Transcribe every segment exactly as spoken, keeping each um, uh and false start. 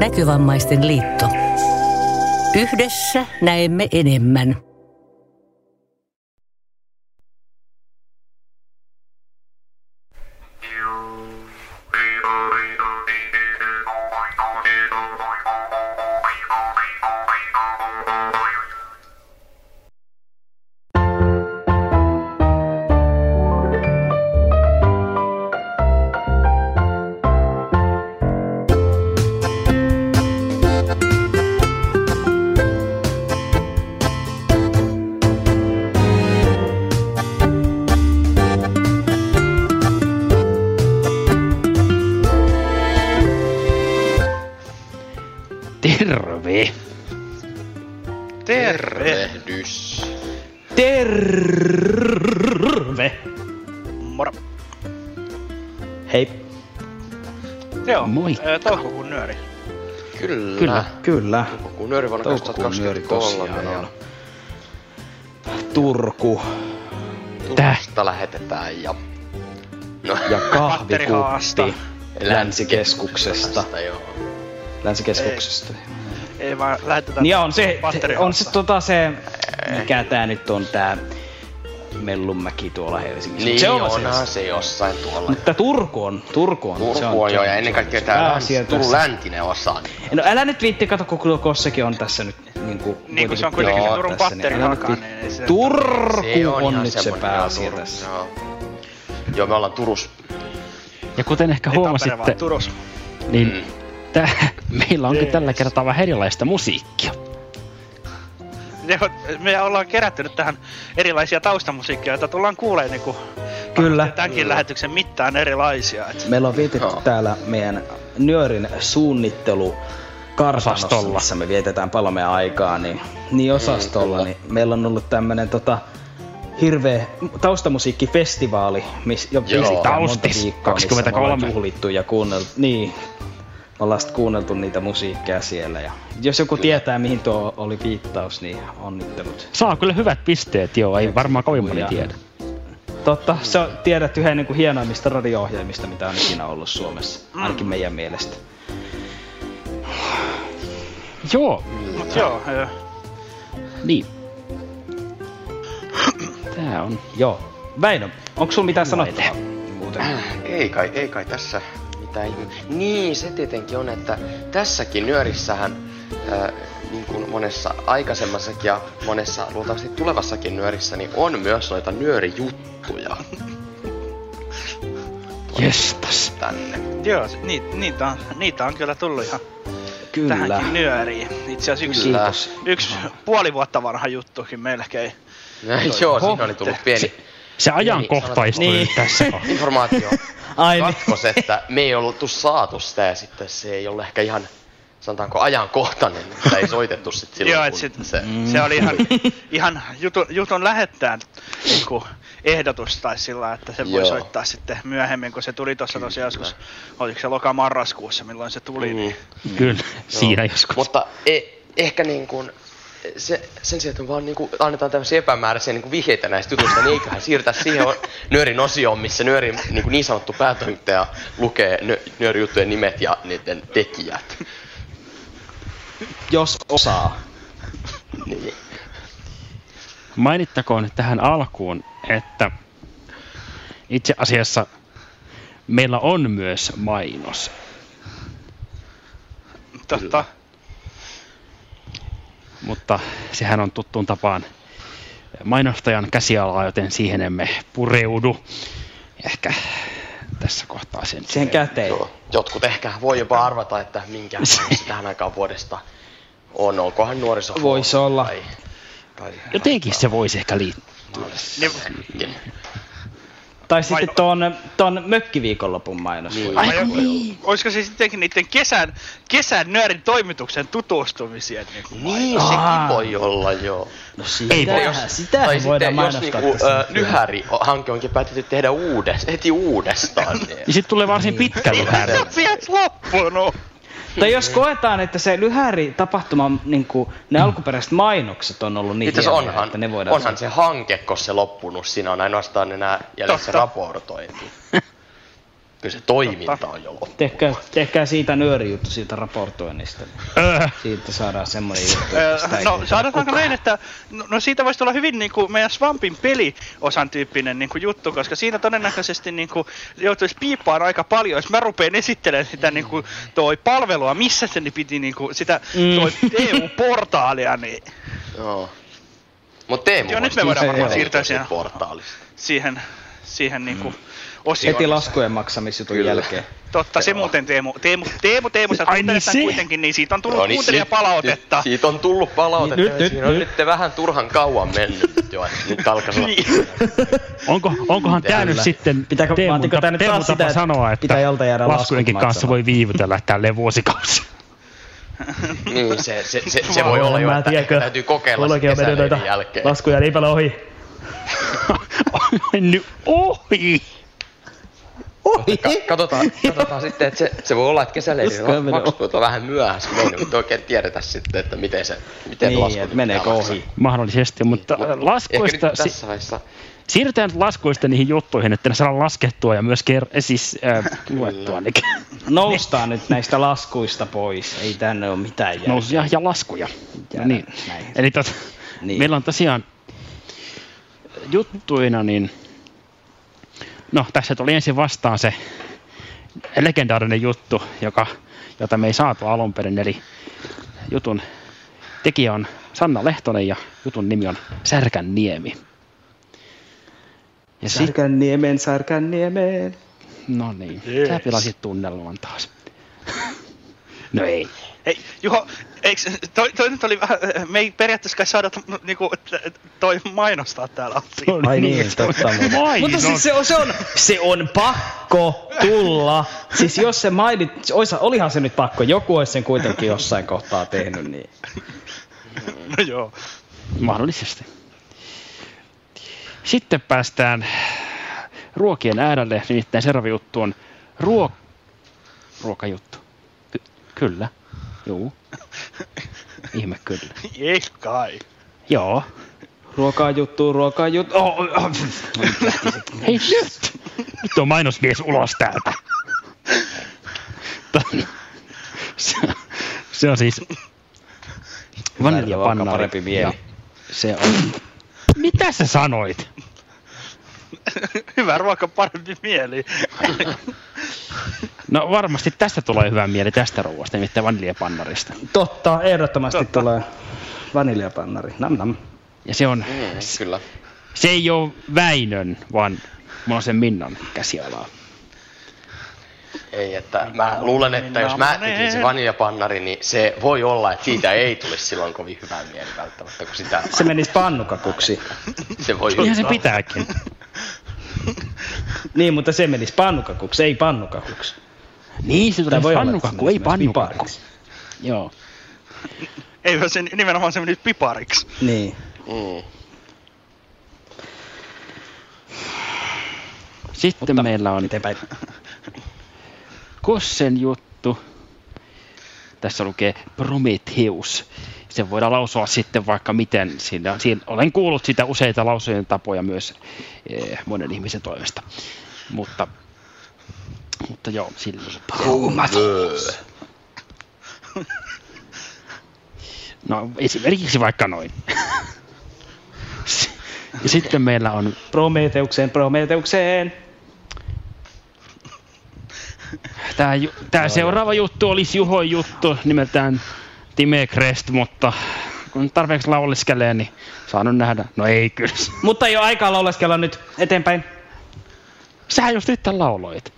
Näkövammaisten liitto. Yhdessä näemme enemmän. Terve. Tervehdys. Terve. Moro. Hei. Joo, Moikka. ää, toukokuun nyöri. Kyllä. Kyllä. Kyllä. Toukokuun nyöri vuonna Toukokuun nyöri kaksituhattakaksikymmentäkolme. tosiaan on. Turku. Turusta lähetetään ja... No, Ja Patterihaasta. kahvikuppi Länsikeskuksesta. Tästä, joo. Länsikeskuksesta. Ei vaan lähetetään Niin on se, Patterihaasta. on se tota se, mikä tää nyt on tää Mellunmäki tuolla Helsingissä. Niin se on onhan se. se jossain tuolla. Mutta Turku on, Turku on. Turku se on joo, ja se ennen on kaikkea se tää pääasia läns, Turun tässä. läntinen osa. Niin. No älä nyt viitti, kato kun Kossakin on tässä nyt niinku... Niin kun se on kuitenkin Joo, se Turun tässä, niin älä nyt patterihakaan, viitti. niin ei se... Turku Se on on ihan nyt se semmonen, pääasia joo, tässä. Joo. Joo, me ollaan Turus. Ja kuten ehkä Ei Tampere, huomasitte, vaan Turus. niin Mm. tää, meillä onkin Jees. tällä kertaa vähän erilaista musiikkia. Joo, me ollaan kerätty nyt tähän erilaisia taustamusiikkia, joita tullaan kuulemaan niinku... Kyllä. Tämänkin Kyllä. lähetyksen mittaan erilaisia. Et. Meillä on vietetty Joo. täällä meidän Nyörin suunnittelu kartanossa, Osastolla. missä me vietetään paljon meidän aikaa, niin, niin osastolla, Mm, niin meillä on ollut tämmönen tota, hirveä taustamusiikkifestivaali, missä jo Joo. pitkään monta Taustis viikkoa, missä me kaksikymmentäkolme. ollaan juhlittu ja kuunneltu, niin, me ollaan sit kuunneltu niitä musiikkia siellä. Ja jos joku Kyllä. tietää, mihin tuo oli viittaus, niin onnittelut. Saa kyllä hyvät pisteet, joo, ei varmaan kovin moni Ja- tiedä. Totta, sä tiedät yhden niin kuin hienoimmista radio-ohjelmista, mitä on ikinä ollut Suomessa, ainakin meidän mielestä. Joo, Mut joo, joo. niin. Tää on. Joo. Väinö, onko sulla mitään Mulla sanottavaa muuten? Ei kai, ei kai tässä mitään ihme. Niin, se tietenkin on, että tässäkin nyörissähän, ää, niin kuin monessa aikaisemmassakin ja monessa luultavasti tulevassakin nyörissä, niin on myös noita nyörijuttuja Jespas. tänne. Joo, se- ni, niitä, on, niitä on kyllä tullut ihan Kyllä. tähänkin nyöriin. Itse asiassa yksi, Kyllä. yksi puoli vuotta vanha juttukin melkein. Joo, siinä oli tullut pieni Se, se ajankohtaistui Niin. nyt tässä kohtaa. informaatio. Ai niin. Katkos, että me ei oltu saatu sitä ja sitten se ei ollut ehkä ihan, sanotaanko ajankohtainen, että ei soitettu sit silloin, Joo, et kun sit, se... se oli ihan, ihan jutun, jutun lähettää niinku ehdotus tai sillä, että se voi Joo. soittaa sitten myöhemmin, kun se tuli tuossa tosiaan joskus, oliko se loka-marraskuussa, milloin se tuli, Mm. niin Kyllä, siinä joskus. Mutta e, ehkä niin kuin, se, sen sijaan, että vaan niin kuin annetaan tämmöisiä epämääräisiä niin kuin vihjeitä näistä jutuista, niin eiköhän siirtää siihen o- nyörin osioon, missä nyörin niin, kuin niin sanottu päätoimittaja lukee nö, nyörijuttujen nimet ja niiden tekijät. Jos osaa. Niin. Mainittakoon tähän alkuun, että itse asiassa meillä on myös mainos. totta, Mutta sehän on tuttuun tapaan mainostajan käsialaa, joten siihen emme pureudu. Ehkä tässä kohtaa sen. Siihen käteen. Joo. Jotkut ehkä voi jopa arvata, että minkä mainos tähän aikaan vuodesta on. Olkohan nuoriso. Voisi olla. Tai, tai, Jotenkin se voisi ehkä liittyä. niin, Tai sitten Vai- tuon, tuon mökkiviikonlopun mainos. Niin. vai, Ai niin. olisiko se sittenkin niiden kesän, kesän nyörin toimituksen tutustumisia? Niin, Niin, Aa. sekin voi olla, joo. No Ei voi, sitähän, sitähän Tai voidaan sitten jos mainostaa niinku, tässä ö, nyt. lyhäri-hanke onkin päätetty tehdä uudes, heti uudestaan. Niin. Ja sitten tulee varsin pitkä lyhäri. Sieltä loppunut! Tai jos koetaan, että se lyhäri tapahtuma, niin kuin, ne alkuperäiset mainokset on ollut niin Itse asiassa hienoja, onhan, että ne voidaan... onhan se hanke, kun se loppunut. Siinä on ainoastaan enää jäljessä Totta. raportointi. Kyllä se toiminta on jo loppu. Tehkää, tehkää siitä nöörijuttu siitä raportoinnista. Öö. Siitä saadaan semmoinen juttu. Öö, no sanotaanko näin, että no, no siitä voisi tulla hyvin niinku meidän Swampin peliosan tyyppinen niinku juttu, koska siinä todennäköisesti niinku joutuisi piippaan aika paljon, jos mä rupeen esittelemään sitä niinku toi palvelua, missä se piti niinku sitä toi mm. E U-portaalia, niin... Joo. Mut Teemu joo, nyt me voidaan varmaan siirtyä siihen portaalista. Siihen, siihen niinku... Mm. Osioon. Heti laskujen maksamisjutun Kyllä. jälkeen. Totta, se muuten Teemu, Teemu, Teemu, Teemu, sä kuuntelet niin kuitenkin, niin siitä on tullut no, niin, kuuntelijapalautetta. Siitä on tullut palautetta, nyt, nyt, on nyt vähän turhan kauan mennyt jo, että nyt alkaisi olla. Niin. Onko, onkohan tää nyt sitten Pitääkö, Teemun, Teemu Teemu tapa sanoa, että laskujenkin kanssa voi viivytellä tälleen vuosikausia? Niin, se, se, se, se voi olla jo, että täytyy kokeilla se kesäleiden jälkeen. Laskuja niin paljon ohi. Nyt ohi! Ohi. Katsotaan, katsotaan sitten, että se, se voi olla, että kesäleirin maksut on vähän myöhässä mennyt, mutta oikein tiedetä sitten, että miten se, miten niin, laskut meneekö ohi. Mahdollisesti, mutta Mut, laskuista... Ehkä nyt tässä vaiheessa... Siirrytään nyt laskuista niihin juttuihin, että ne saadaan laskettua ja myös ker- siis äh, luettua. Niin. Noustaan nyt näistä laskuista pois, ei tänne ole mitään järkeä. Nousia ja laskuja. Ja niin. Eli tot, niin. Meillä on tosiaan juttuina, niin no tässä tuli ensin vastaan se legendaarinen juttu, joka, jota me ei saatu alun perin, eli jutun tekijä on Sanna Lehtonen ja jutun nimi on Särkänniemi. Ja Särkänniemen, Särkänniemeen. No niin, yes. Sä pilasit tunnelman taas. No ei. Ei, Juho, eiks, toi, toi nyt oli vähän, me ei periaatteessa kai saada niinku, toi mainostaa täällä asiaa. Ai niin, totta. Mutta siis se on, se, on, se on pakko tulla. Siis jos se mainit, oisa, olihan se nyt pakko, joku olisi sen kuitenkin jossain kohtaa tehnyt niin. No joo. Mahdollisesti. Sitten päästään ruokien äärelle, nimittäin seuraava juttu on ruok... ruokajuttu. Ky- kyllä, juu. Ihme kyllä. Ei kai. Joo. Ruokajuttu, ruokajuttu. Oh, oh. Hei nyt! Nyt on mainosmies ulos täältä. se, se on siis vaniljapannari. Parempi mieli. Se on... Mitä sä sanoit? Hyvä ruoka, parempi mieli. No varmasti tästä tulee hyvä mieli tästä ruoasta, nimittäin vaniljapannarista. Totta, ehdottomasti Totta. tulee vaniljapannari. Nam nam. Ja se on... Mm, kyllä. Se ei ole Väinön, vaan mulla on sen Minnan käsialaa. Ei, että mä luulen, että jos mä tekisin vaniljapannari, niin se voi olla, että siitä ei tulisi silloin kovin hyvää mieli välttämättä, kun sitä... Se menisi pannukakuksi. Se voi Ihan se pitääkin. Niin, mutta se menisi pannukakuksi, ei pannukakuksi. Niin, se tulisi pannukakku, ei pannukakku. Joo. Ei, se nimenomaan se menisi pipariksi. Niin. Mm. Sitten mutta, meillä on... Eteenpäin. Kossen juttu. Tässä lukee Prometheus. Sen voidaan lausua sitten vaikka miten. Siinä, siinä, olen kuullut sitä useita lausujen tapoja myös eh, monen ihmisen toimesta. Mutta, mutta joo, sillä Prometheus. No esimerkiksi vaikka noin. Ja sitten meillä on Prometheukseen, Prometheukseen. Tämä, tämä seuraava juttu olisi Juhon juttu nimeltään Time Crest, mutta kun tarpeeksi lauleskelee, niin saan nähdä. No ei kyllä. Mutta ei ole aikaa lauleskella nyt. Eteenpäin. Sähän just nyt lauloit.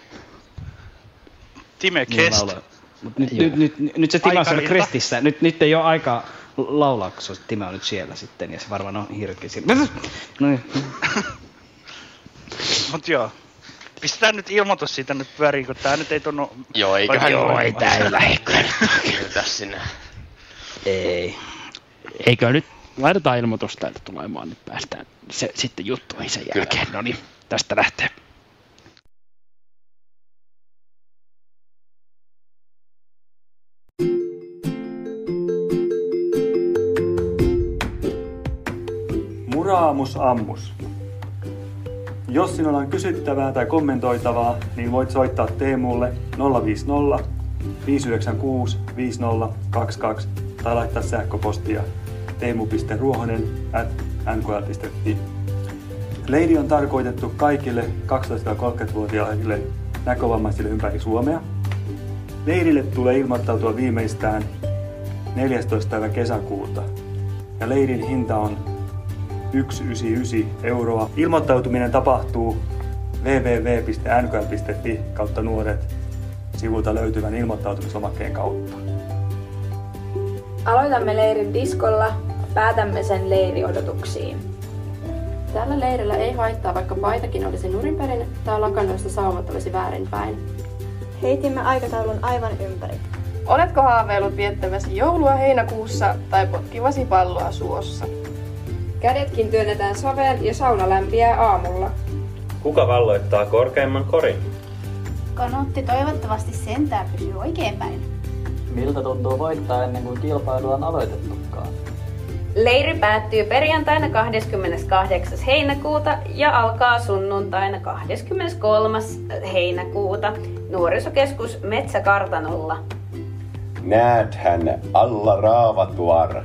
Time Crest. Mut nyt, nyt, nyt, nyt se Time on siellä Crestissä. Nyt, nyt ei ole aikaa laulaa, kun se Time on nyt siellä sitten. Ja se varmaan on hirveän siellä. No niin. Mut joo. Pistetään nyt ilmoitus siitä nyt pyöriin, kun tää nyt ei tunnu... Joo, eiköhän... Joo, ei tää ei lähe kyllä. sinne. Ei. Eikö nyt... Laitetaan ilmoitus täältä tulemaan, nyt päästään se, sitten juttuihin sen jälkeen. No niin, tästä lähtee. Muraamus ammus. Jos sinulla on kysyttävää tai kommentoitavaa, niin voit soittaa Teemulle nolla viisi nolla viisi yhdeksän kuusi viisi nolla kaksi kaksi tai laittaa sähköpostia teemu piste ruohonen ät n k l piste f i. Leiri on tarkoitettu kaikille kaksitoista–kolmekymmentävuotiaille näkövammaisille ympäri Suomea. Leirille tulee ilmoittautua viimeistään neljästoista päivä kesäkuuta ja leirin hinta on yksi pilkku yhdeksänkymmentäyhdeksän euroa. Ilmoittautuminen tapahtuu double-u double-u double-u piste n k l piste f i kautta nuoret sivulta löytyvän ilmoittautumislomakkeen kautta. Aloitamme leirin diskolla, päätämme sen leiriodotuksiin. Tällä leirillä ei haittaa, vaikka paitakin olisi nurinperin tai lakannoista saumat olisi väärinpäin. Heitimme aikataulun aivan ympäri. Oletko haaveillut viettäväsi joulua heinäkuussa tai potkivasi palloa suossa? Kädetkin työnnetään saveen ja sauna lämpiää aamulla. Kuka valloittaa korkeimman korin? Kanotti toivottavasti sentään pysyy oikein päin. Miltä tuntuu voittaa ennen kuin kilpailu on aloitettukaan? Leiri päättyy perjantaina kahdeskymmeneskahdeksas heinäkuuta ja alkaa sunnuntaina kahdeskymmeneskolmas heinäkuuta. Nuorisokeskus Metsäkartanolla. Näethän alla Raavatuar.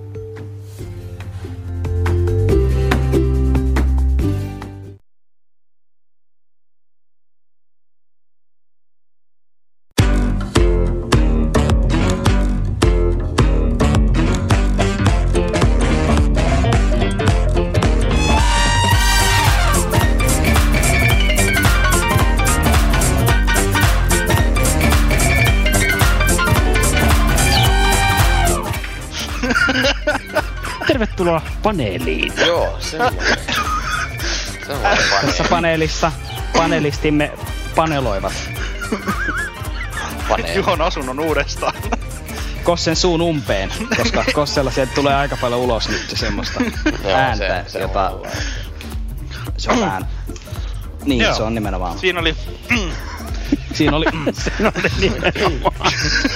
Tervetuloa paneeliin. Joo, semmoinen. semmoinen paneeli. Tässä paneelissa panelistimme paneloivat. Paneeli. Juhon asunnon uudestaan. Kossen suun umpeen, koska Kossella sieltä tulee aika paljon ulos nyt semmoista ääntä, se, se jota... On se on vähän... Niin, Joo. se on nimenomaan. Siinä oli... Siinä oli... Siinä oli nimenomaan.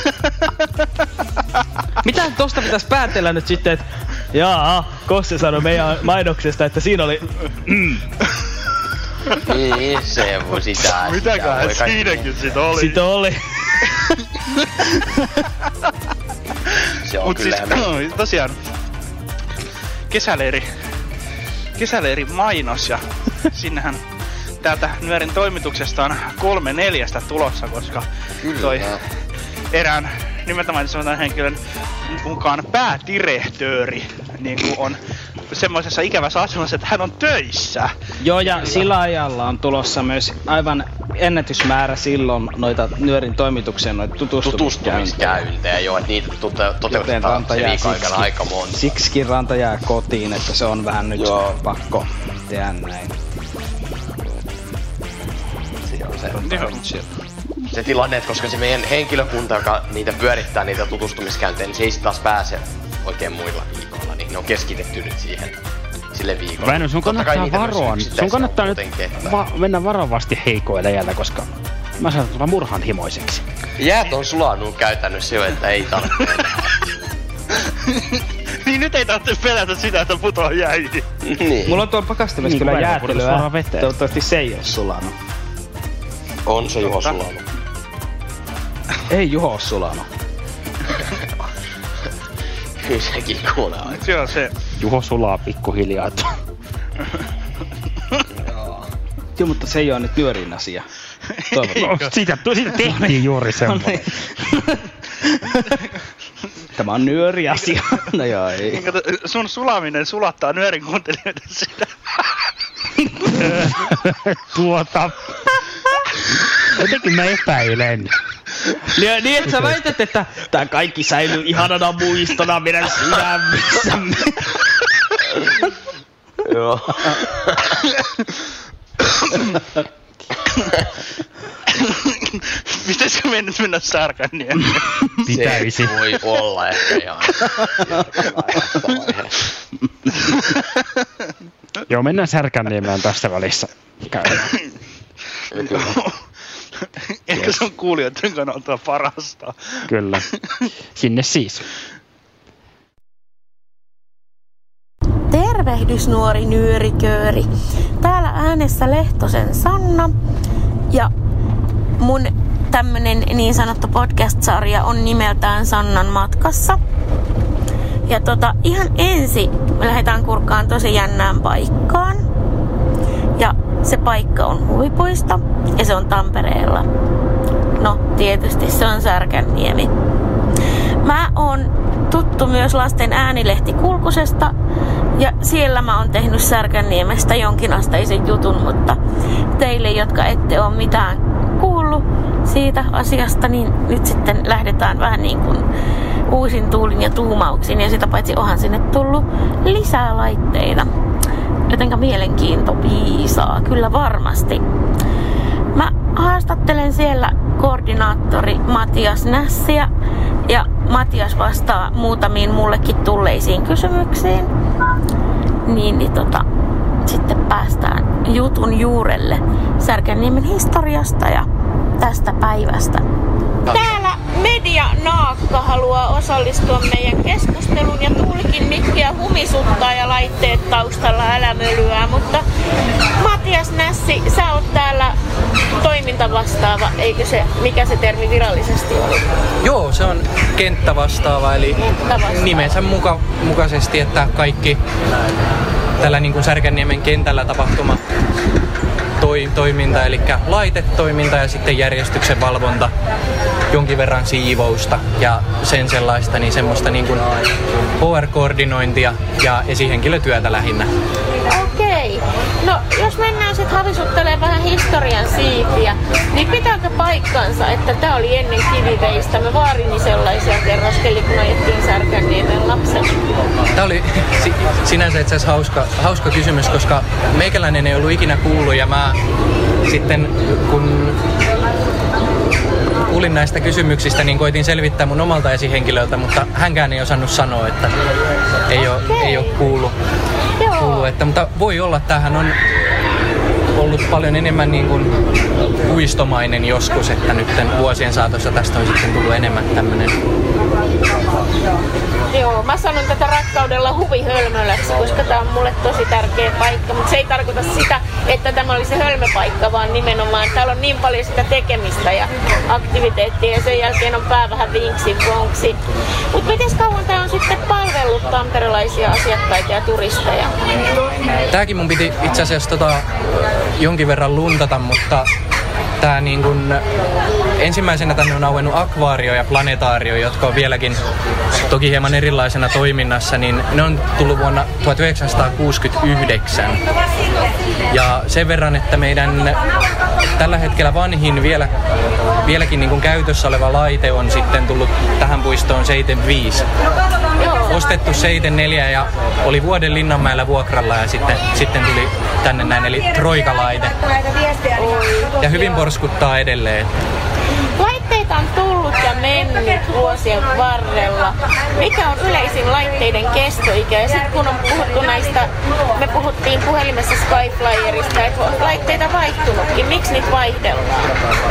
Mitä tosta pitäis päätellä nyt sitten, että... Jaa, Kosse sanoi meidän mainoksesta, että siinä oli... Niin, se voi sitä... Mitäköhän siinäkin sit oli? Sit oli. Se on Mut kyllä siis, no, tosiaan... Kesäleiri... Kesäleiri mainos ja sinnehän... Täältä Nyörin toimituksesta on kolme neljästä tulossa, koska Kyllä. toi erään nimeltä mainitsevan henkilön mukaan päädirehtööri niin kuin on semmoisessa ikävässä asemassa, että hän on töissä. Joo, ja sillä ajalla on tulossa myös aivan ennätysmäärä silloin noita Nyörin toimitukseen noita tutustumiskäyntejä. Tutustumiskäyntejä, joo, että niitä tote- toteutetaan se viikon aikana aika monta. Siksikin Ranta jää kotiin, että se on vähän nyt joo. pakko tehdä näin. Se, se tilanne, että koska se meidän henkilökunta, joka niitä pyörittää niitä tutustumiskäyntejä, niin se ei sit taas pääse oikein muilla viikoilla, niin ne on keskitetty nyt siihen sille viikolle. Väinö, sun kannattaa varoa. Sun kannattaa nyt va- mennä varovasti heikoille jäältä, koska mä saatan tulla murhanhimoiseksi. Jäät on sulanut käytännössä jo, että ei tarvitse enää. Niin nyt ei tarvitse pelätä sitä, että putoaa jäihin. Niin. Mulla on tuolla pakastimessa Niin, kyllä Väinö jäätelyä. veteen. Toivottavasti se ei oo sulanut. On se Juho sulanut. Ei Juho oo sulanut. Kyllä sekin kuulee aina. Se on se. Juho sulaa pikkuhiljaa. Joo, mutta se ei oo nyt Nyörin asia. No, siitä, siitä tehtiin juuri semmoinen. Tämä on Nyöri asia. No joo, ei. Kato, sun sulaminen sulattaa Nyörin kuuntelijoiden sitä. Tuota... Jotenkin mä epäilen. Niin, niin että sä väität, että tää kaikki säilyy ihanana muistona meidän sydämissämme. Joo. Pitäisikö me nyt mennä Särkänniemeen? Pitäisi. Se voi olla ehkä ihan. Joo, mennään Särkänniemeen tässä välissä. Käydään. Ehkä se on kuulijoiden kannalta parasta. Tervehdys nuori nyörikööri. Täällä äänessä Lehtosen Sanna ja mun tämmönen niin sanottu podcast-sarja on nimeltään Sannan matkassa. Ja tota, ihan ensi me lähdetään kurkkaan tosi jännään paikkaan. Ja se paikka on Huvipuisto ja se on Tampereella. No tietysti se on Särkänniemi. Mä oon tuttu myös lasten äänilehti Kulkusesta ja siellä mä oon tehnyt Särkänniemestä jonkinasteisen jutun, mutta teille, jotka ette ole mitään kuullut siitä asiasta, niin nyt sitten lähdetään vähän niin kuin uusin tuulin ja tuumauksin ja sitä paitsi onhan sinne tullut lisää laitteita. Jotenka mielenkiinto piisaa, kyllä varmasti. Mä haastattelen siellä koordinaattori Matias Nässiä ja Matias vastaa muutamiin mullekin tulleisiin kysymyksiin. Niin, niin tota, sitten päästään jutun juurelle Särkänniemen historiasta ja tästä päivästä. Täällä Media Naakka haluaa osallistua meidän keskusteluun ja Tuulikin mikkiä humisuttaa ja laitteet taustalla älämölyää, mutta Matias Nässi, sä oot täällä toimintavastaava, eikö se, mikä se termi virallisesti oli? Joo, se on kenttävastaava, eli kenttävastaava. Nimensä muka, mukaisesti, että kaikki tällä niin kuin Särkänniemen kentällä tapahtuma toi, toiminta, eli laitetoiminta ja sitten järjestyksen valvonta, jonkin verran siivousta ja sen sellaista, niin semmoista niin kuin H R-koordinointia ja esihenkilötyötä lähinnä. Okei. No, jos mennään sitten havisuttelemaan vähän historian siipiä, niin pitääkö paikkansa, että tää oli ennen kiviveistä? Me Vaarini sellaisia kerroskeli, kun ajettiin Särkänniemen lapsen. Tää oli si- sinänsä itse asiassa hauska, hauska kysymys, koska meikäläinen ei ollut ikinä kuullut ja mä sitten kun kuulin näistä kysymyksistä, niin koitin selvittää mun omalta esihenkilöltä, mutta hänkään ei osannut sanoa, että ei ole, ei ole kuullut. kuullut että, mutta voi olla, että tämähän on ollut paljon enemmän niin kuin puistomainen joskus, että nyt vuosien saatossa tästä on sitten tullut enemmän tämmöinen. Joo, mä sanon tätä rakkaudella huvihölmöläksi, koska tää on mulle tosi tärkeä paikka, mutta se ei tarkoita sitä, että tämä oli se hölmöpaikka, vaan nimenomaan täällä on niin paljon sitä tekemistä ja aktiviteettia ja sen jälkeen on pää vähän vinksi vonksi. Mutta miten kauan tää on sitten palvellut tamperelaisia asiakkaita ja turisteja? Tääkin mun piti itse asiassa tota, jonkin verran luntata, mutta tää niin kun, ensimmäisenä tänne on auennut akvaario ja planetaario, jotka on vieläkin toki hieman erilaisena toiminnassa, niin ne on tullut vuonna tuhatyhdeksänsataakuusikymmentäyhdeksän. Ja sen verran, että meidän tällä hetkellä vanhin vielä, vieläkin niin kun käytössä oleva laite on sitten tullut tähän puistoon seitsemänkymmentäviisi. Ostettu seitsemänkymmentäneljä ja oli vuoden Linnanmäellä vuokralla ja sitten, sitten tuli tänne näin, eli Troika-laite. Ja hyvin porskuttaa edelleen. Laitteita on tullut ja mennyt vuosien varrella. Mikä on yleisin laitteiden kestoikä? Ja sitten kun on puhuttu näistä, me puhuttiin puhelimessa Skyflyerista, että on laitteita vaihtunutkin. Miksi niitä vaihdellaan?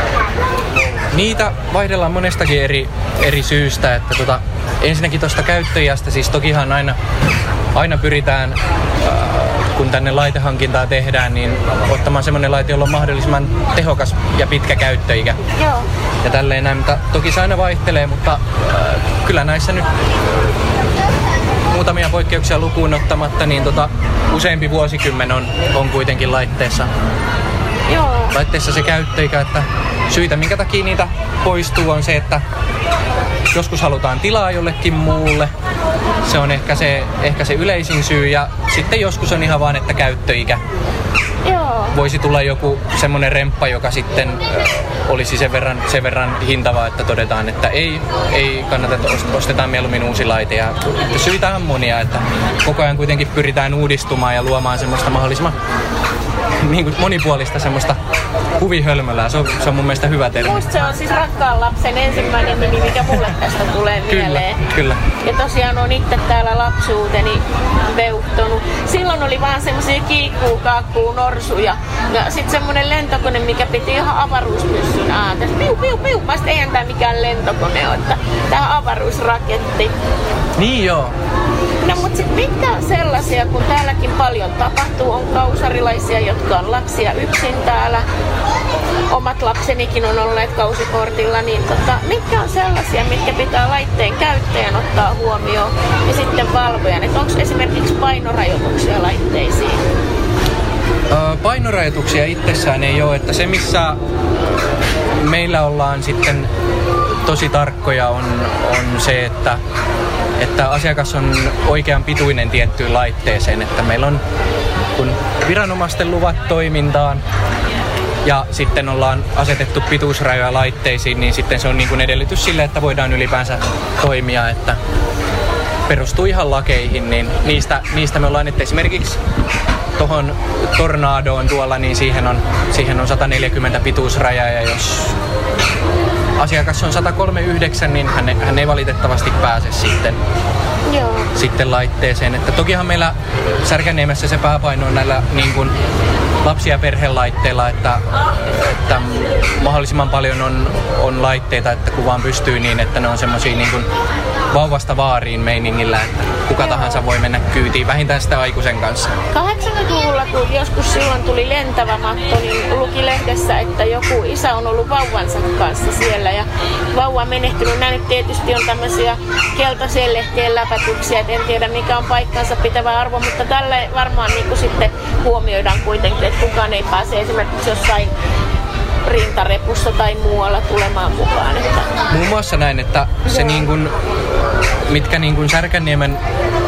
Niitä vaihdellaan monestakin eri, eri syystä. Että tota, ensinnäkin tuosta käyttöiästä, siis tokihan aina, aina pyritään, äh, kun tänne laitehankintaa tehdään, niin ottamaan semmoinen laite, jolla on mahdollisimman tehokas ja pitkä käyttöikä. Joo. Ja tälleen näin, mutta toki se aina vaihtelee, mutta äh, kyllä näissä nyt muutamia poikkeuksia lukuun ottamatta, niin tota, useampi vuosikymmen on, on kuitenkin laitteessa. Joo. Laitteessa se käyttöikä, että syitä minkä takia niitä poistuu on se, että joskus halutaan tilaa jollekin muulle. Se on ehkä se, ehkä se yleisin syy ja sitten joskus on ihan vaan, että käyttöikä. Joo. Voisi tulla joku semmoinen remppa, joka sitten äh, olisi sen verran, sen verran hintava, että todetaan, että ei, ei kannata, että ostetaan mieluummin uusi laite. Ja syitä on monia, että koko ajan kuitenkin pyritään uudistumaan ja luomaan semmoista mahdollisimman niin kuin monipuolista semmoista huvihölmölää. Se on, se on mun mielestä hyvä termi. Musta se on siis rakkaan lapsen ensimmäinen nimi, mikä mulle tästä tulee mieleen. Kyllä, kyllä. Ja tosiaan on itse täällä lapsuuteni veuhtonut. Silloin oli vaan semmosia kiikkuu, kaakkuu, norsuja. Ja sit semmonen lentokone, mikä piti ihan avaruuspyssyn ääntä. Piu, piu, piu. Mä sit eihän tää mikään lentokone on, että tää on avaruusraketti. Niin joo. No mut sit mitkä on sellaisia, kun täälläkin paljon tapahtuu, on kausarilaisia, jotka on lapsia yksin täällä. Omat lapsenikin on olleet kausikortilla, niin tota, mitkä on sellaisia, mitkä pitää laitteen käyttäjän ottaa huomioon ja sitten valvojan? Et onko esimerkiksi painorajoituksia laitteisiin? Painorajoituksia itsessään ei ole, että se missä meillä ollaan sitten tosi tarkkoja on, on se, että, että asiakas on oikean pituinen tiettyyn laitteeseen, että meillä on kun viranomaisten luvat toimintaan ja sitten ollaan asetettu pituusrajoja laitteisiin, niin sitten se on niin kuin edellytys sille, että voidaan ylipäänsä toimia, että perustuu ihan lakeihin, niin niistä, niistä me ollaan, että esimerkiksi tuohon Tornadoon tuolla, niin siihen on, siihen on sata neljäkymmentä pituusraja ja jos asiakas on sata kolmekymmentäyhdeksän, niin hän, hän ei valitettavasti pääse sitten, Joo. sitten laitteeseen. Että tokihan meillä Särkänniemessä se pääpaino on näillä niin kuin lapsi- ja perhelaitteilla, että, että mahdollisimman paljon on, on laitteita, että kuvaan pystyy niin, että ne on semmosia niin kuin vauvasta vaariin meiningillä, että kuka tahansa voi mennä kyytiin, vähintään sitä aikuisen kanssa. kahdeksankymmentäluvulla, kun joskus silloin tuli lentävä matto, niin luki lehdessä, että joku isä on ollut vauvansa kanssa siellä ja vauva on menehtynyt. Nämä nyt tietysti on tämmöisiä keltaisen lehtien läpätyksiä, et en tiedä mikä on paikkansa pitävä arvo, mutta tälle varmaan niin kuin sitten huomioidaan kuitenkin, että kukaan ei pääse esimerkiksi jossain rintarepussa tai muualla tulemaan mukaan. Että muun muassa näin, että se niin kuin, mitkä niin kuin Särkänniemen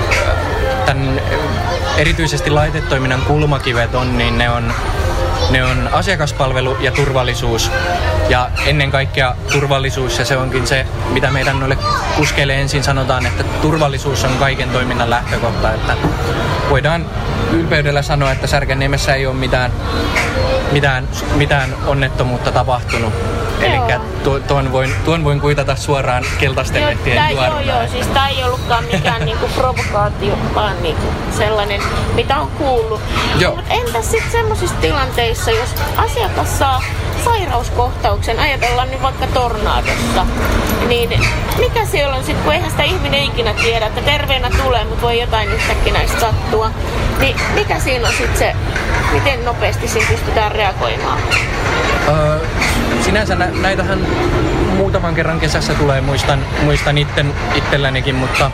tämän erityisesti laitetoiminnan kulmakivet on, niin ne on, ne on asiakaspalvelu ja turvallisuus. Ja ennen kaikkea turvallisuus, ja se onkin se, mitä meidän noille kuskeille ensin sanotaan, että turvallisuus on kaiken toiminnan lähtökohta. Että voidaan ylpeydellä sanoa, että Särkänniemessä ei ole mitään, mitään, mitään onnettomuutta tapahtunut. Eli tu, tuon, voin, tuon voin kuitata suoraan keltaisten lehtien juoruna. Joo, joo, siis tää ei ollutkaan mikään niinku provokaatio, vaan niinku sellainen, mitä on kuullut. Mut entäs sit semmosissa tilanteissa, jos asiakas saa sairauskohtauksen, ajatellaan nyt vaikka Tornadossa, niin mikä siellä on sitten, kun eihän sitä ihminen ikinä tiedä, että terveenä tulee, mutta voi jotain yhtäkkiä näistä sattua, niin mikä siinä on sitten se, miten nopeasti siinä pystytään reagoimaan? Öö, sinänsä nä- näitähän muutaman kerran kesässä tulee, muistan, muistan itten, itsellänikin, mutta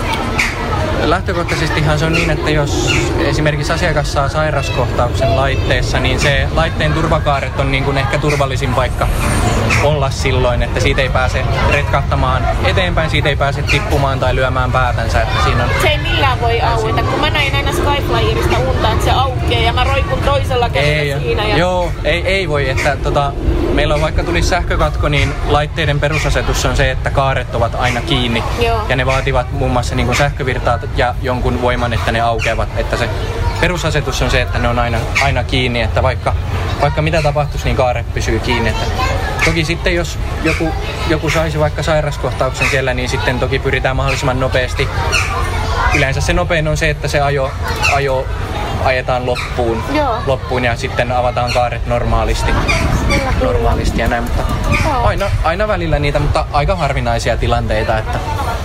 lähtökohtaisestihan se on niin, että jos esimerkiksi asiakas saa sairaskohtauksen laitteessa, niin se laitteen turvakaaret on niin kuin ehkä turvallisin paikka olla silloin, että siitä ei pääse retkahtamaan eteenpäin, siitä ei pääse tippumaan tai lyömään päätänsä. Että siinä on... Se ei millään voi aueta, kun mä näin aina Skyflyerista unta, että se aukeaa ja mä roikun toisella kädellä siinä. Ja... Joo, ei, ei voi. Että, tota, meillä on vaikka tulisi sähkökatko, niin laitteiden perusasetus on se, että kaaret ovat aina kiinni. Joo. Ja ne vaativat muun muassa niin kuin sähkövirtaa ja jonkun voiman, että ne aukeavat. Että se perusasetus on se, että ne on aina, aina kiinni, että vaikka, vaikka mitä tapahtuisi, niin kaaret pysyy kiinni. Että toki sitten jos joku, joku saisi vaikka sairaskohtauksen siellä, niin sitten toki pyritään mahdollisimman nopeasti. Yleensä se nopein on se, että se ajo, ajo ajetaan loppuun, loppuun ja sitten avataan kaaret normaalisti. Kyllä, normaalisti ja näin, mutta aina, aina välillä niitä, mutta aika harvinaisia tilanteita. Että...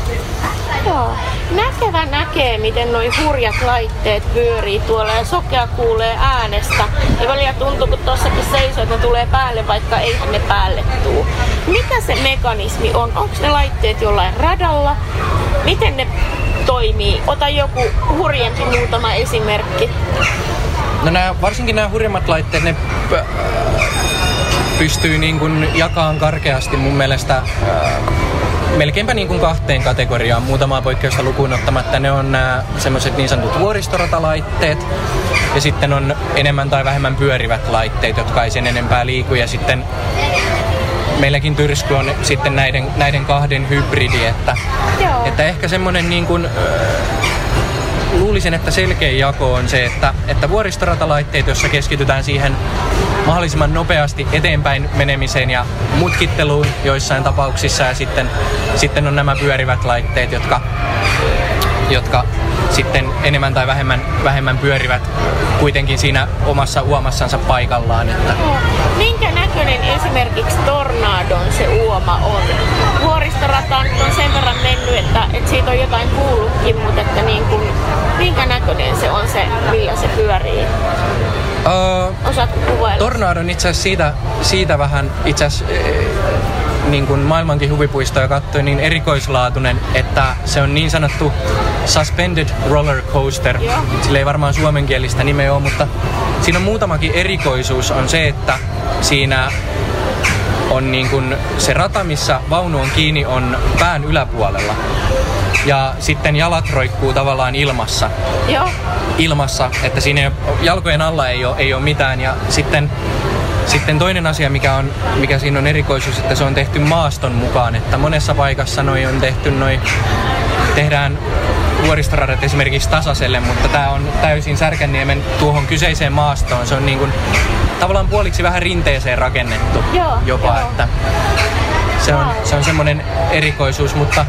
Joo. Näkevä näkee, miten noi hurjat laitteet pyörii tuolla ja sokea kuulee äänestä. Ja välillä tuntuu, kun tossakin seisoo, että ne tulee päälle, vaikka eihän ne päälle tuu. Mikä se mekanismi on? Onko ne laitteet jollain radalla? Miten ne toimii? Ota joku hurjempi muutama esimerkki. No nää, varsinkin nämä hurjemmat laitteet, ne p- pystyy niin kuin jakamaan karkeasti mun mielestä äh, melkeinpä niin kuin kahteen kategoriaan, muutamaa poikkeusta lukuun ottamatta. Ne on nämä semmoiset niin sanotut vuoristoratalaitteet ja sitten on enemmän tai vähemmän pyörivät laitteet, jotka ei sen enempää liiku. Ja sitten meilläkin Tyrsky on sitten näiden, näiden kahden hybridi, että, että ehkä semmoinen niin kuin, luulisin, että selkeä jako on se, että, että vuoristoratalaitteet, jossa keskitytään siihen mahdollisimman nopeasti eteenpäin menemiseen ja mutkitteluun joissain tapauksissa ja sitten, sitten on nämä pyörivät laitteet, jotka, jotka sitten enemmän tai vähemmän, vähemmän pyörivät kuitenkin siinä omassa uomassansa paikallaan. Että... Minkä näköinen esimerkiksi Tornadon se uoma on? Vuoristorata on sen verran mennyt, että, että siitä on jotain kuullutkin, nytkin, mutta että niin kuin, minkä näköinen se on se, millä se pyörii? Uh, Osaatko kuvailla? Tornado on itse asiassa siitä, siitä vähän itse asiassa niin kuin maailmankin huvipuistoja katsoi, niin erikoislaatuinen, että se on niin sanottu suspended roller coaster. Joo. Sillä ei varmaan suomenkielistä nimeä ole, mutta siinä on muutamakin erikoisuus. On se, että siinä on niin kuin se rata, missä vaunu on kiinni, on pään yläpuolella. Ja sitten jalat roikkuu tavallaan ilmassa. Joo. Ilmassa, että siinä ei, jalkojen alla ei ole, ei ole mitään. Ja sitten, sitten toinen asia, mikä, on, mikä siinä on erikoisuus, että se on tehty maaston mukaan. Että monessa paikassa noi on tehty noi, tehdään vuoristoradat esimerkiksi tasaiselle, mutta tää on täysin Särkänniemen tuohon kyseiseen maastoon. Se on niin kuin tavallaan puoliksi vähän rinteeseen rakennettu. Joo, jopa, joo. Että se on, se on semmoinen erikoisuus, mutta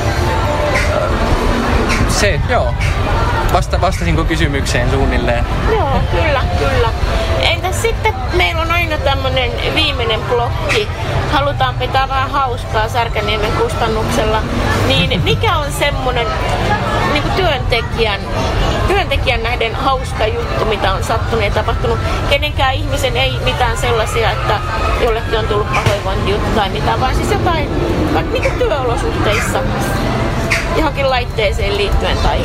se, joo. Vasta, vastasinko kysymykseen suunnilleen? Joo, kyllä, kyllä. Entäs sitten meillä on aina tämmönen viimeinen blokki. Halutaan pitää vähän hauskaa Särkänniemen kustannuksella. Niin mikä on semmonen niin kuin työntekijän, työntekijän nähden hauska juttu, mitä on sattunut ja tapahtunut? Kenenkään ihmisen ei mitään sellaisia, että jollekin on tullut pahoinvointijuttu tai mitään, vaan siis jotain vaikka niin kuin työolosuhteissa. Johonkin laitteeseen liittyen tai...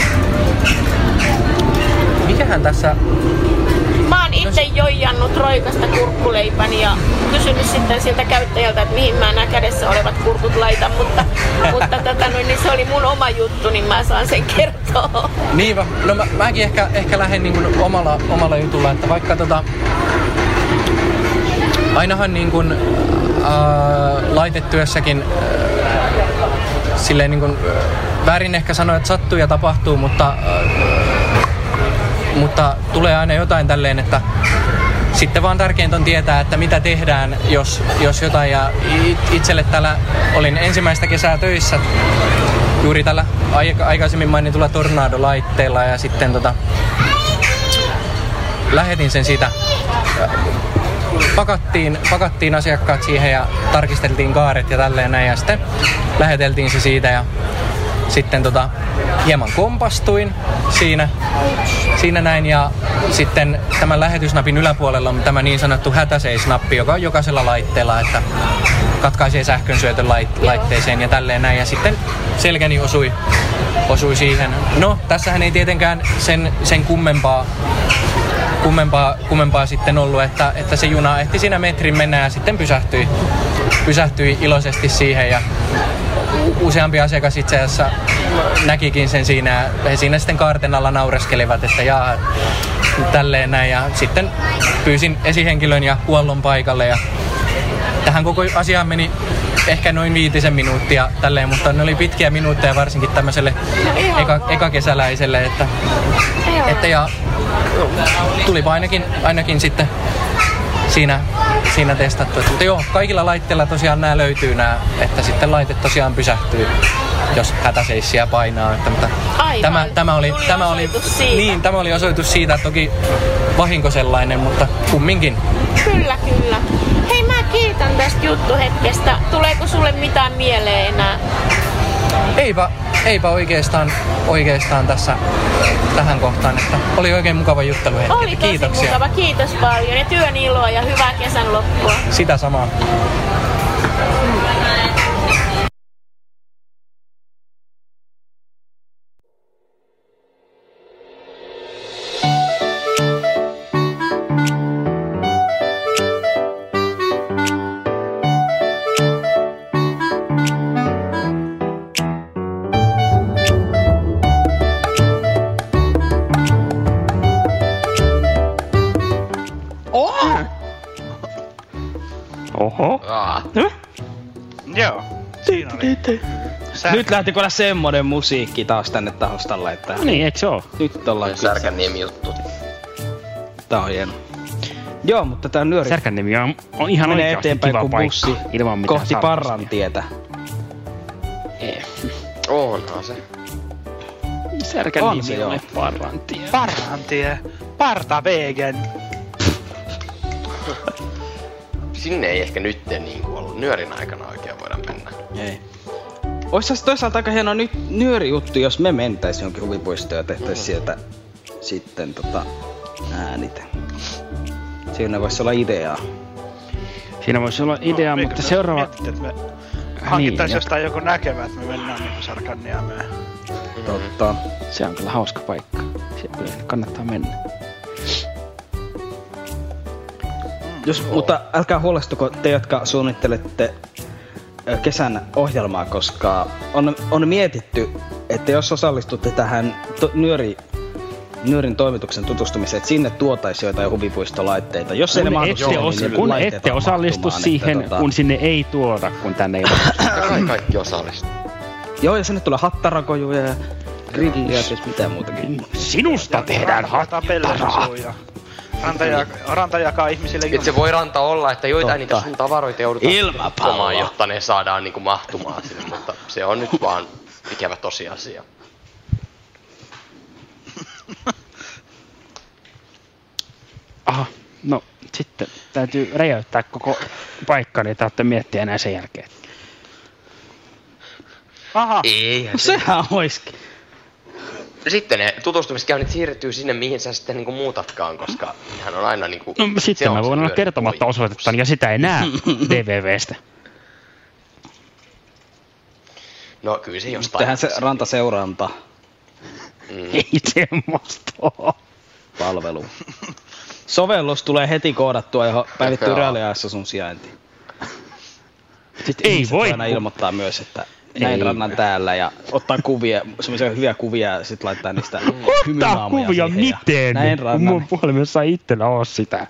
Mikähän tässä... Mä oon itse joijannut roikasta kurkkuleipän ja kysynyt sitten siltä käyttäjältä, että mihin mä nämä kädessä olevat kurkut laitan, mutta, mutta tota, no, niin se oli mun oma juttu, niin mä saan sen kertoa. Niin va? No mä, mäkin ehkä, ehkä lähden niin kuin omalla, omalla jutulla, että vaikka tota... Ainahan niin kuin äh, laitetyössäkin äh, silleen niin kuin, väärin ehkä sanoa, että sattuu ja tapahtuu, mutta, äh, mutta tulee aina jotain tälleen, että sitten vaan tärkeintä on tietää, että mitä tehdään, jos, jos jotain. Ja itselle täällä olin ensimmäistä kesää töissä juuri tällä aikaisemmin mainitulla Tornado-laitteella ja sitten tota, lähetin sen siitä. Pakattiin, pakattiin asiakkaat siihen ja tarkisteltiin kaaret ja tälleen näin ja sitten läheteltiin se siitä ja sitten tota, hieman kompastuin siinä, siinä näin ja sitten tämän lähetysnapin yläpuolella on tämä niin sanottu hätäseisnappi, joka on jokaisella laitteella, että katkaisee sähkönsyötön lait- laitteeseen ja tälleen näin ja sitten selkäni osui, osui siihen. No, tässähän ei tietenkään sen, sen kummempaa Kummempaa, kummempaa sitten ollut, että, että se juna ehti siinä metrin mennä ja sitten pysähtyi, pysähtyi iloisesti siihen ja useampi asiakas itse asiassa näkikin sen siinä. He siinä sitten kaarten alla naureskelivat, että jaa, tälleen näin ja sitten pyysin esihenkilön ja huollon paikalle ja tähän koko asiaan meni ehkä noin viitisen minuuttia tälleen, mutta ne oli pitkiä minuutteja varsinkin tämmöiselle eka, ekakesäläiselle, että, että ja tulipa ainakin, ainakin sitten siinä, siinä testattu. Mutta joo, kaikilla laitteilla tosiaan nämä löytyy nämä, että sitten laite tosiaan pysähtyy, jos hätäseissiä painaa. Että, mutta tämä, tämä, oli, tämä, oli, niin, tämä oli osoitus siitä, toki vahinko sellainen, mutta kumminkin. Kyllä, kyllä. Hei, mä kiitän tästä juttuhetkestä. Tuleeko sulle mitään mieleen enää? Eipä, eipä oikeastaan, oikeastaan tässä tähän kohtaan, että oli oikein mukava jutteluhetki. Oli tosi Kiitoksia. mukava, kiitos paljon ja työn iloa ja hyvää kesän loppua. Sitä samaa. Oho. Hm? Joo, siinä oli. Nyt lähti kyllä semmonen musiikki taas tänne taustalle, että... No niin, eikö se oo? Nyt ollaan... Särkänniemi juttu. Tää on hieno. Joo, mutta tää nyöri... Särkänniemi on, on ihan menee oikeasti eteenpäin kiva kuin paikka. bussi Ilman mitään kohti Parrantietä. Onhan se. Särkänniemi on Parrantie. Parrantie. Partavegen. Sinne ei ehkä nyt niin kuin ollut nyörin aikana oikein voida mennä. Ei. Ois se toisaalta aika hieno nyt nyöri juttu, jos me mentäis jonkin huvipuistoon ja tehtäis mm. sieltä sitten tota äänitä. Siinä voisi olla ideaa. Siinä voisi olla idea, no, mutta seuraava... Miettit, että me hankittais niin, jostain joku näkevä, että me mennään niinku Sarkanniemeen. Totta. Se on kyllä hauska paikka. Siellä kannattaa mennä. Jos, mutta älkää huolestuko te, jotka suunnittelette kesän ohjelmaa, koska on, on mietitty, että jos osallistutte tähän to, nyöri, nyörin toimituksen tutustumiseen, että sinne tuotaisi joitain huvipuistolaitteita. Jos ei ne mahdollisesti ole, niin kun ette osallistu siihen, että, kun sinne ei tuoda, kun tänne ei ole. Kaikki osallistuu. Joo, ja sinne tulee hattarakojuja ja grilliä ja mitään muutakin. Sinusta tehdään hattaraa. Ranta, ja, ranta jakaa ihmisille ilmaa. Se voi ranta olla, että joitain Totta. niitä sun tavaroita joudutaan omaan, jotta ne saadaan niinku mahtumaan sinne, mutta se on nyt vaan ikävä tosiasia. Aha, no sitten täytyy räjäyttää koko paikka, niin täytyy miettiä enää sen jälkeen. Aha, eihän se. Sehän oiskin. Sitten ne tutustumiskäynnit siirtyy sinne, mihin sä sitten niinku muutatkaan, koska hän on aina niinku... No sitten mä voin olla kertomatta osoitetta, ja sitä ei näe D V V:stä. No kyllä se jostain... Tehän se rantaseuranta. Mm. Ei semmoista oo. Palvelu. Sovellus tulee heti koodattua ja päivittyy reaaliajassa sun sijaintiin. Sitten ei voi aina ilmoittaa myös, että näin ei. Rannan täällä ja ottaa kuvia, semmoisia hyviä kuvia ja sit laittaa niistä ottaa kuvia miten? Näin rannan. Mun puhelimessa ei itsellä oo sitä.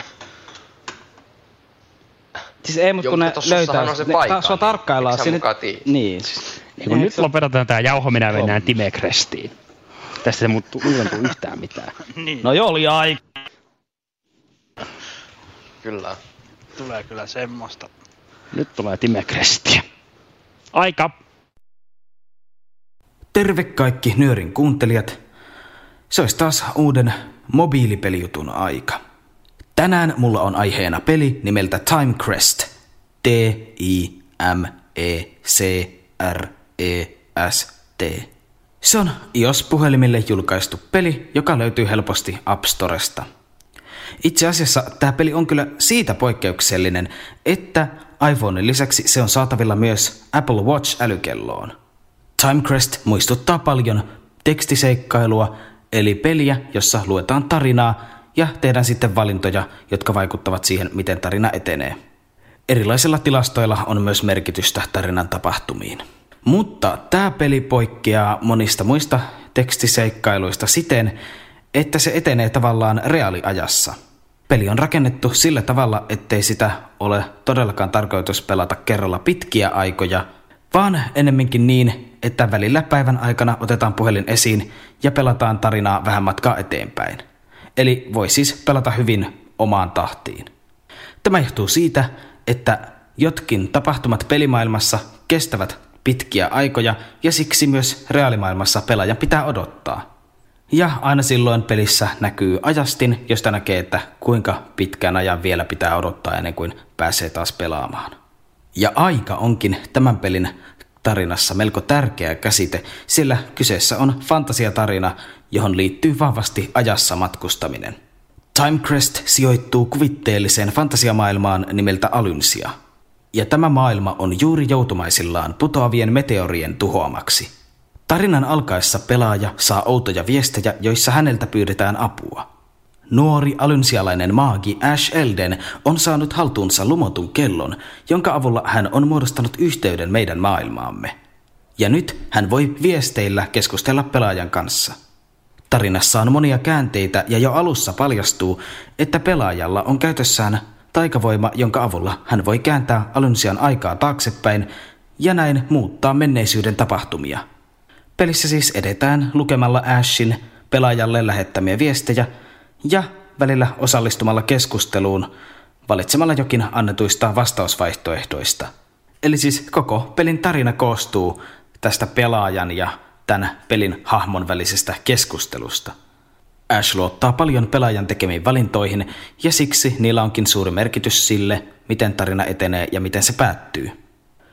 Siis ei, mut kun ne löytää, ne taas sua tarkkaillaan. Niin. Kun nyt lopetetaan tää jauho, minä mennään Timecrestiin. Tästä ei muuttuu yhtään mitään. Niin. No joo, oli aika. Kyllä. Tulee kyllä semmoista. Nyt tulee Timecrestia. Aika. Terve kaikki nyörin kuuntelijat. Se olisi taas uuden mobiilipelijutun aika. Tänään mulla on aiheena peli nimeltä Timecrest. T I M E C R E S T. Se on iOS-puhelimille julkaistu peli, joka löytyy helposti App Storesta. Itse asiassa tämä peli on kyllä siitä poikkeuksellinen, että iPhonen lisäksi se on saatavilla myös Apple Watch-älykelloon. Timecrest muistuttaa paljon tekstiseikkailua, eli peliä, jossa luetaan tarinaa ja tehdään sitten valintoja, jotka vaikuttavat siihen, miten tarina etenee. Erilaisilla tilastoilla on myös merkitystä tarinan tapahtumiin. Mutta tämä peli poikkeaa monista muista tekstiseikkailuista siten, että se etenee tavallaan reaaliajassa. Peli on rakennettu sillä tavalla, ettei sitä ole todellakaan tarkoitus pelata kerralla pitkiä aikoja, vaan ennemminkin niin, että välillä päivän aikana otetaan puhelin esiin ja pelataan tarinaa vähän matkaa eteenpäin. Eli voi siis pelata hyvin omaan tahtiin. Tämä johtuu siitä, että jotkin tapahtumat pelimaailmassa kestävät pitkiä aikoja ja siksi myös reaalimaailmassa pelaajan pitää odottaa. Ja aina silloin pelissä näkyy ajastin, josta näkee, että kuinka pitkän ajan vielä pitää odottaa ennen kuin pääsee taas pelaamaan. Ja aika onkin tämän pelin tarinassa melko tärkeä käsite, sillä kyseessä on fantasiatarina, johon liittyy vahvasti ajassa matkustaminen. Timecrest sijoittuu kuvitteelliseen fantasiamaailmaan nimeltä Alynsia. Ja tämä maailma on juuri joutumaisillaan putoavien meteorien tuhoamaksi. Tarinan alkaessa pelaaja saa outoja viestejä, joissa häneltä pyydetään apua. Nuori alynsialainen maagi Ash Elden on saanut haltuunsa lumotun kellon, jonka avulla hän on muodostanut yhteyden meidän maailmaamme. Ja nyt hän voi viesteillä keskustella pelaajan kanssa. Tarinassa on monia käänteitä ja jo alussa paljastuu, että pelaajalla on käytössään taikavoima, jonka avulla hän voi kääntää Alynsian aikaa taaksepäin ja näin muuttaa menneisyyden tapahtumia. Pelissä siis edetään lukemalla Ashin pelaajalle lähettämiä viestejä ja välillä osallistumalla keskusteluun valitsemalla jokin annetuista vastausvaihtoehdoista. Eli siis koko pelin tarina koostuu tästä pelaajan ja tämän pelin hahmon välisestä keskustelusta. Ash luottaa paljon pelaajan tekemiin valintoihin ja siksi niillä onkin suuri merkitys sille, miten tarina etenee ja miten se päättyy.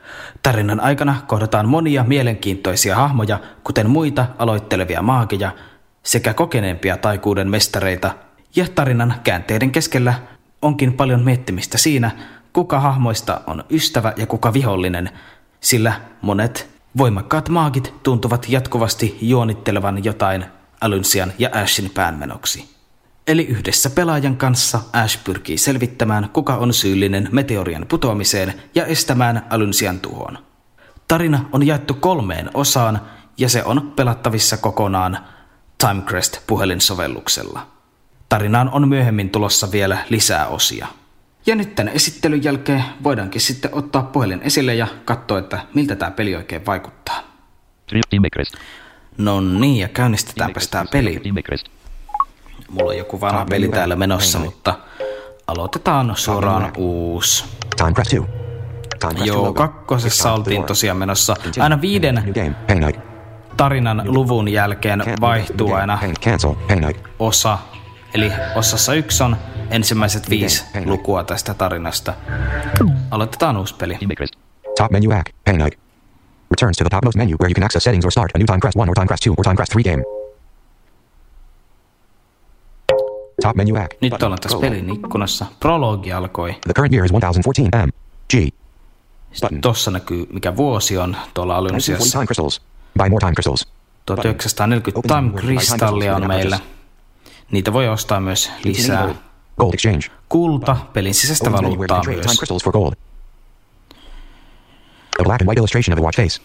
Tarinan aikana kohdataan monia mielenkiintoisia hahmoja, kuten muita aloittelevia maageja sekä kokeneempia taikuuden mestareita, ja tarinan käänteiden keskellä onkin paljon miettimistä siinä, kuka hahmoista on ystävä ja kuka vihollinen, sillä monet voimakkaat maagit tuntuvat jatkuvasti juonittelevan jotain Alyncian ja Ashin päänmenoksi. Eli yhdessä pelaajan kanssa Ash pyrkii selvittämään, kuka on syyllinen meteorian putoamiseen ja estämään Alyncian tuhon. Tarina on jaettu kolmeen osaan ja se on pelattavissa kokonaan Timecrest-puhelinsovelluksella. Tarinaan on myöhemmin tulossa vielä lisää osia. Ja nyt tän esittelyn jälkeen voidaankin sitten ottaa puhelin esille ja katsoa, että miltä tää peli oikein vaikuttaa. No niin, ja käynnistetäänpäs tää peli. Mulla on joku vanha peli täällä menossa, mutta aloitetaan suoraan uusi. Joo, kakkosessa oltiin tosiaan menossa. Aina viiden tarinan luvun jälkeen vaihtuu aina osa. Eli osassa yksi on ensimmäiset viisi lukua tästä tarinasta. Aloitetaan uusi peli. Top menu hack, Pay Night. Returns to the topmost menu where you can access settings or start a new Timecrest one or Timecrest two or Timecrest three game. Top menu hack. Nyt ollaan tässä pelin ikkunassa. Prologi alkoi. The current year is twenty fourteen M G. Sitten tossa näkyy mikä vuosi on tuolla Alynciassa. Time crystals. Buy more time crystals. tuhatyhdeksänsataaneljäkymmentä time-kristallia on meillä. Niitä voi ostaa myös lisää. Gold exchange. Kulta, pelin sisäistä valuuttaa myös. Time crystals for gold. A black and white illustration of a watch face.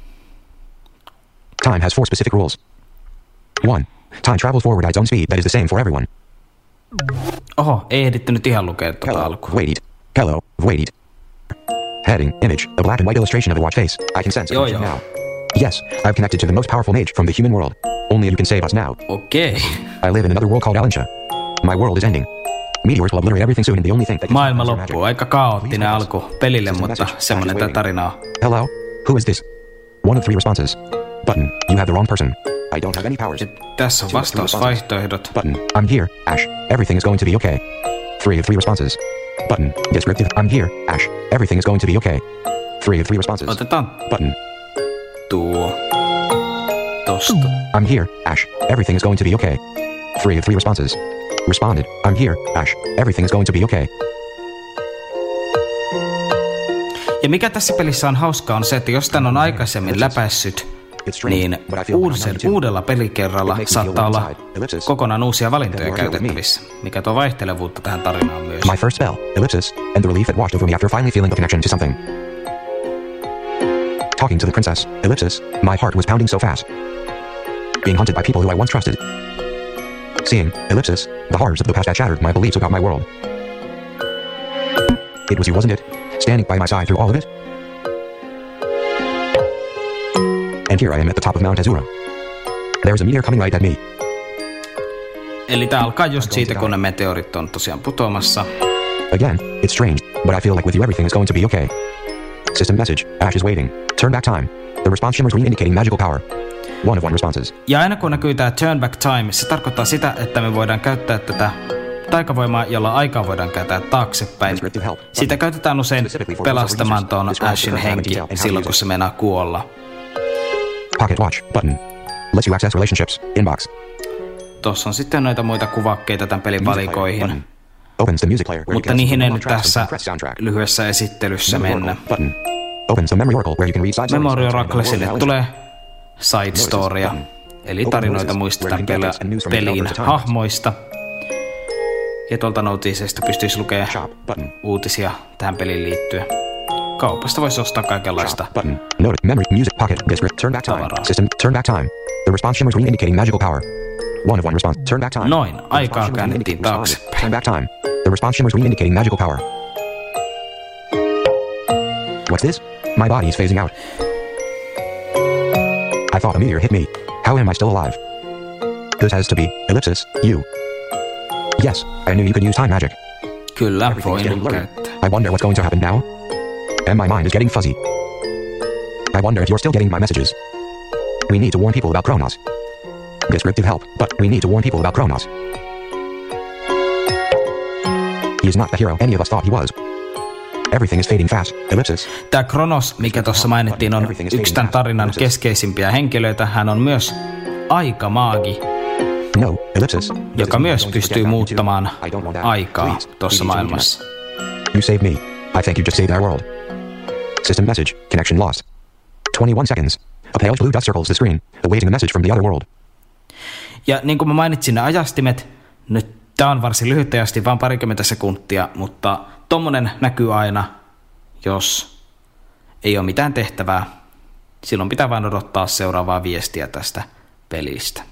Time has four specific rules. One. Time travels forward at its own speed that is the same for everyone. Oho, ei ehditty nyt ihan lukea tuota alkuun. Wait it. Hello, wait it. Heading, image, a black and white illustration of a watch face. I can sense it now. Yes, I've connected to the most powerful mage from the human world. Only you can save us now. Okay. I live in another world called Alyncia. My world is ending. Meteors will obliterate everything soon and the only thing that can Maailma loppuu. Aika kaoottinen alku pelille, mutta semmonen tää tarina on. Hello, who is this? One of three responses. Button, you have the wrong person. I don't have any powers. Tässä on vastausvaihtoehdot. Button, I'm here, Ash. Everything is going to be okay. Three of three responses. Button, descriptive. I'm here, Ash. Everything is going to be okay. Three of three responses. Otetaan Button. Tuo. Tosta. I'm here, Ash. Everything is going to be okay. Three of three responses. Responded. I'm here, Ash. Everything is going to be okay. Ja mikä tässä pelissä on hauskaa on se, että jos tän on aikaisemmin läpäissyt, niin uudisen, uudella pelikerralla saattaa olla kokonaan uusia valintoja käytettävissä, mikä tuo vaihtelevuutta tähän tarinaan myös. My first spell, ellipsis, and the relief that washed over me after finally feeling a connection to something. Talking to the princess, ellipsis, my heart was pounding so fast. Being haunted by people who I once trusted. Seeing, ellipsis, the horrors of the past that shattered my beliefs about my world. It was you, wasn't it? Standing by my side through all of it? And here I am at the top of Mount Azura. There is a meteor coming right at me. Eli tää alkaa just siitä, kun ne meteorit on tosiaan putoamassa. Again, it's strange, but I feel like with you everything is going to be okay. System message, Ash is waiting. Turn back time. The response shimmers green indicating magical power. One of one responses. Ja aina kun näkyy tää turn back time, se tarkoittaa sitä, että me voidaan käyttää tätä taikavoimaa, jolla aikaa voidaan käyttää taaksepäin. Sitä käytetään usein pelastamaan tuon Ashin henki silloin, kun se meinaa kuolla. Pocket watch button. Lets you access relationships. Inbox. Tossa on sitten noita muita kuvakkeita tämän pelin valikoihin. Opens the music player, mutta niihin ei nyt tässä lyhyessä esittelyssä mennä. Opens the memory oracle where you can read side Memory Oracle, sinne tulee side storya, eli tarinoita muistetaan pelin hahmoista. Ja tuolta noticeista pystyisi lukemaan uutisia tähän peliin liittyen. Kaupasta voisi ostaa kaikenlaista Note, memory, music, pocket, descript, turn back time, system, turn back time. The response shimmers green indicating magical power. One of one response, turn back time. Noin, aikaa käännettiin taakse. Turn back time. The response shimmers green indicating magical power. What's this? My body is phasing out. I thought a meteor hit me. How am I still alive? This has to be, ellipsis, you. Yes, I knew you could use time magic. Kyllä, voin käyttää. I wonder what's going to happen now. And my mind is getting fuzzy. I wonder if you're still getting my messages. We need to warn people about Kronos. Descriptive help, but we need to warn people about Kronos. He is not the hero any of us thought he was. Everything is fading fast. Ellipsis. Tämä Kronos, mikä tuossa mainittiin, on yksi tämän tarinan keskeisimpiä henkilöitä. Hän on myös aikamaagi, no, ellipsis. joka myös pystyy muuttamaan aikaa tuossa maailmassa. You saved me. I think you just saved our world. System message. Connection lost. twenty-one seconds. A pale blue dot circles the screen, awaiting a message from the other world. Ja niin kuin mä mainitsin ne ajastimet, nyt tää on varsin lyhyt ajasti, vaan parikymmentä sekuntia, mutta tommonen näkyy aina, jos ei ole mitään tehtävää. Silloin pitää vain odottaa seuraavaa viestiä tästä pelistä.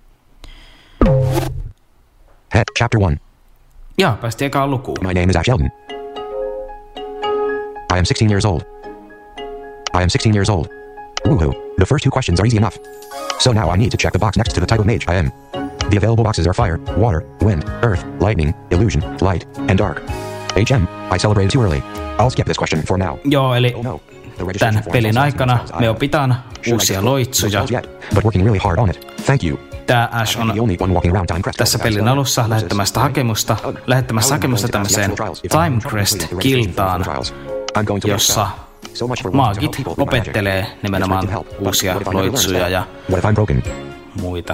He, chapter one. Ja, päästiin ekaan lukuun. My name is Ash Sheldon. I am sixteen years old. I am sixteen years old. Woohoo. The first two questions are easy enough. So now I need to check the box next to the type of mage I am. The available boxes are fire, water, wind, earth, lightning, illusion, light, and dark. H M, I celebrated too early. I'll skip this question for now. Joo, eli tämän pelin aikana me opitaan uusia loitsuja. But working really hard on it. Thank you. Tää Ash on tässä pelin alussa lähettämästä hakemusta, lähettämässä hakemusta tämmöiseen Timecrest-kiltaan, jossa maagit opettelee nimenomaan uusia loitsuja ja muita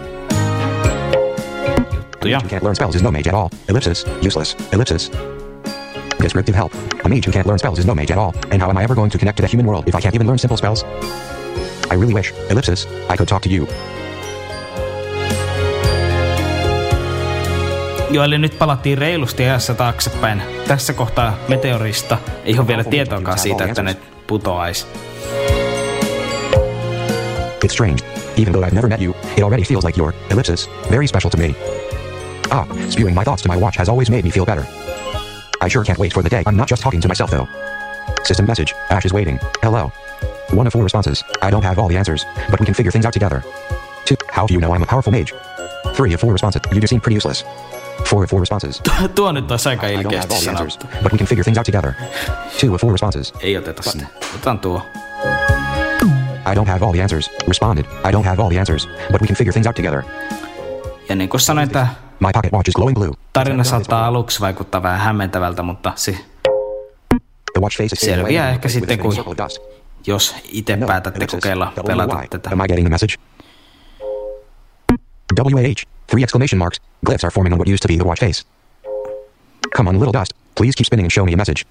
juttuja. A mage who can't learn spells is no mage at all. Ellipsis. Useless. Ellipsis. Descriptive help. A mage who can't learn spells is no mage at all. And how am I ever going to connect to the human world if I can't even learn simple spells? I really wish, Ellipsis, I could talk to you. Joo, eli nyt palattiin reilusti ajassa taaksepäin. Tässä kohtaa meteorista ei ole vielä tietoakaan siitä, että ne putoaisi. It's strange. Even though I've never met you, it already feels like you're, Ellipsis, very special to me. Ah, spewing my thoughts to my watch has always made me feel better. I sure can't wait for the day I'm not just talking to myself though. System message, Ash is waiting. Hello. One of four responses. I don't have all the answers, but we can figure things out together. Two, how do you know I'm a powerful mage? Three of four responses. You do seem pretty useless. Four of four responses. Tuo nyt olisi aika ilkeästi sanottu. But we can figure things out together. Two of four responses. Ei oteta sitä. Otetaan tuo. I don't have all the answers. Responded. I don't have all the answers, but we can figure things out together. Ja niin kuin sanoin, että my pocket watch is glowing blue. Tarina saattaa aluksi vaikuttaa vähän hämmentävältä, mutta se selviää ehkä sitten, kun jos itse päätätte kokeilla pelata tätä. Am I getting the message? W A H. Three exclamation marks. Glyphs are forming on what used to be the watch face. Come on, little dust. Please keep spinning and show me a message.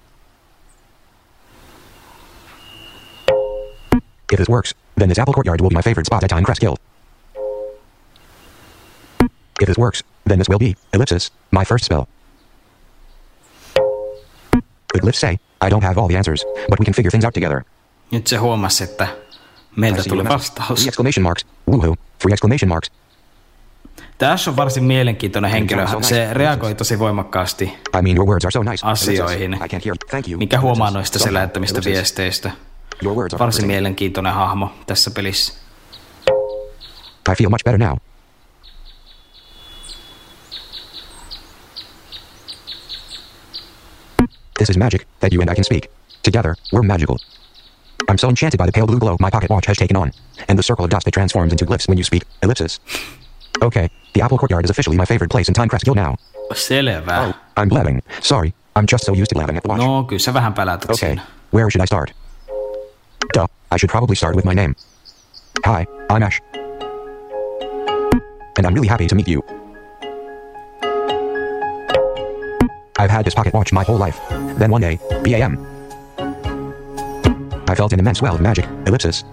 If this works, then this apple courtyard will be my favorite spot at Timecrest Guild. If this works, then this will be, Ellipsis, my first spell. The glyphs say, I don't have all the answers, but we can figure things out together. Nyt se huomasi, että meiltä tuli vastaus. Three exclamation marks. Woohoo. Three exclamation marks. Tämä Ash on varsin mielenkiintoinen henkilö. Se reagoi tosi voimakkaasti I mean, your words are so nice. asioihin, mikä huomaa noista sen lähettämistä viesteistä. Varsin mielenkiintoinen hahmo tässä pelissä. I feel much better now. This is magic, that you and I can speak. Together, we're magical. I'm so enchanted by the pale blue glow my pocket watch has taken on, and the circle of dust it transforms into glyphs when you speak, Ellipsis. Okay, the apple courtyard is officially my favorite place in Timecrest Guild now. Selvä. Oh, I'm blabbing. Sorry, I'm just so used to blabbing at the watch. No, kyllä sä vähän pälätät okay, siinä. Where should I start? Duh, I should probably start with my name. Hi, I'm Ash. And I'm really happy to meet you. I've had this pocket watch my whole life. Then one day, B A M. I felt an immense well of magic, Ellipsis.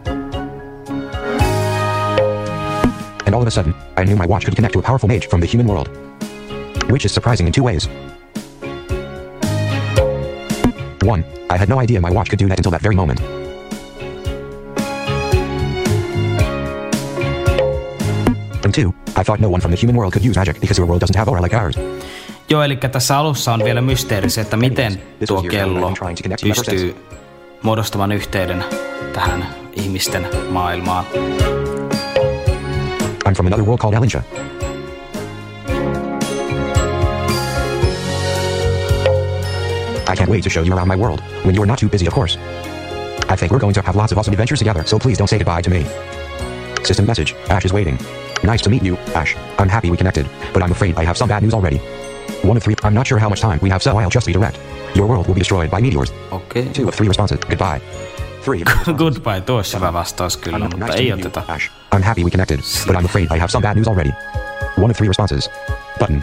And all of a sudden, I knew my watch could connect to a powerful mage from the human world. Which is surprising in two ways. One, I had no idea my watch could do that until that very moment. And two, I thought no one from the human world could use magic because your world doesn't have aura like ours. Joo, eli tässä alussa on vielä mysteeri se, että miten tuo kello pystyy muodostamaan yhteyden tähän ihmisten maailmaan. I'm from another world called Alinja. I can't wait to show you around my world, when you are not too busy, of course. I think we're going to have lots of awesome adventures together, so please don't say goodbye to me. System message, Ash is waiting. Nice to meet you, Ash. I'm happy we connected, but I'm afraid I have some bad news already. One of three. I'm not sure how much time we have, so I'll just redirect. Your world will be destroyed by meteors. Okay. Two of three responses. Goodbye. Three. Goodbye. Tuo olisi hyvä vastaus kyllä, I'm mutta nice to ei meet you, oteta. Ash. I'm happy we connected, but I'm afraid I have some bad news already. One of three responses. Button.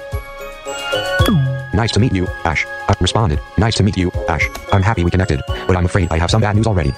Nice to meet you, Ash. I responded. Nice to meet you, Ash. I'm happy we connected, but I'm afraid I have some bad news already.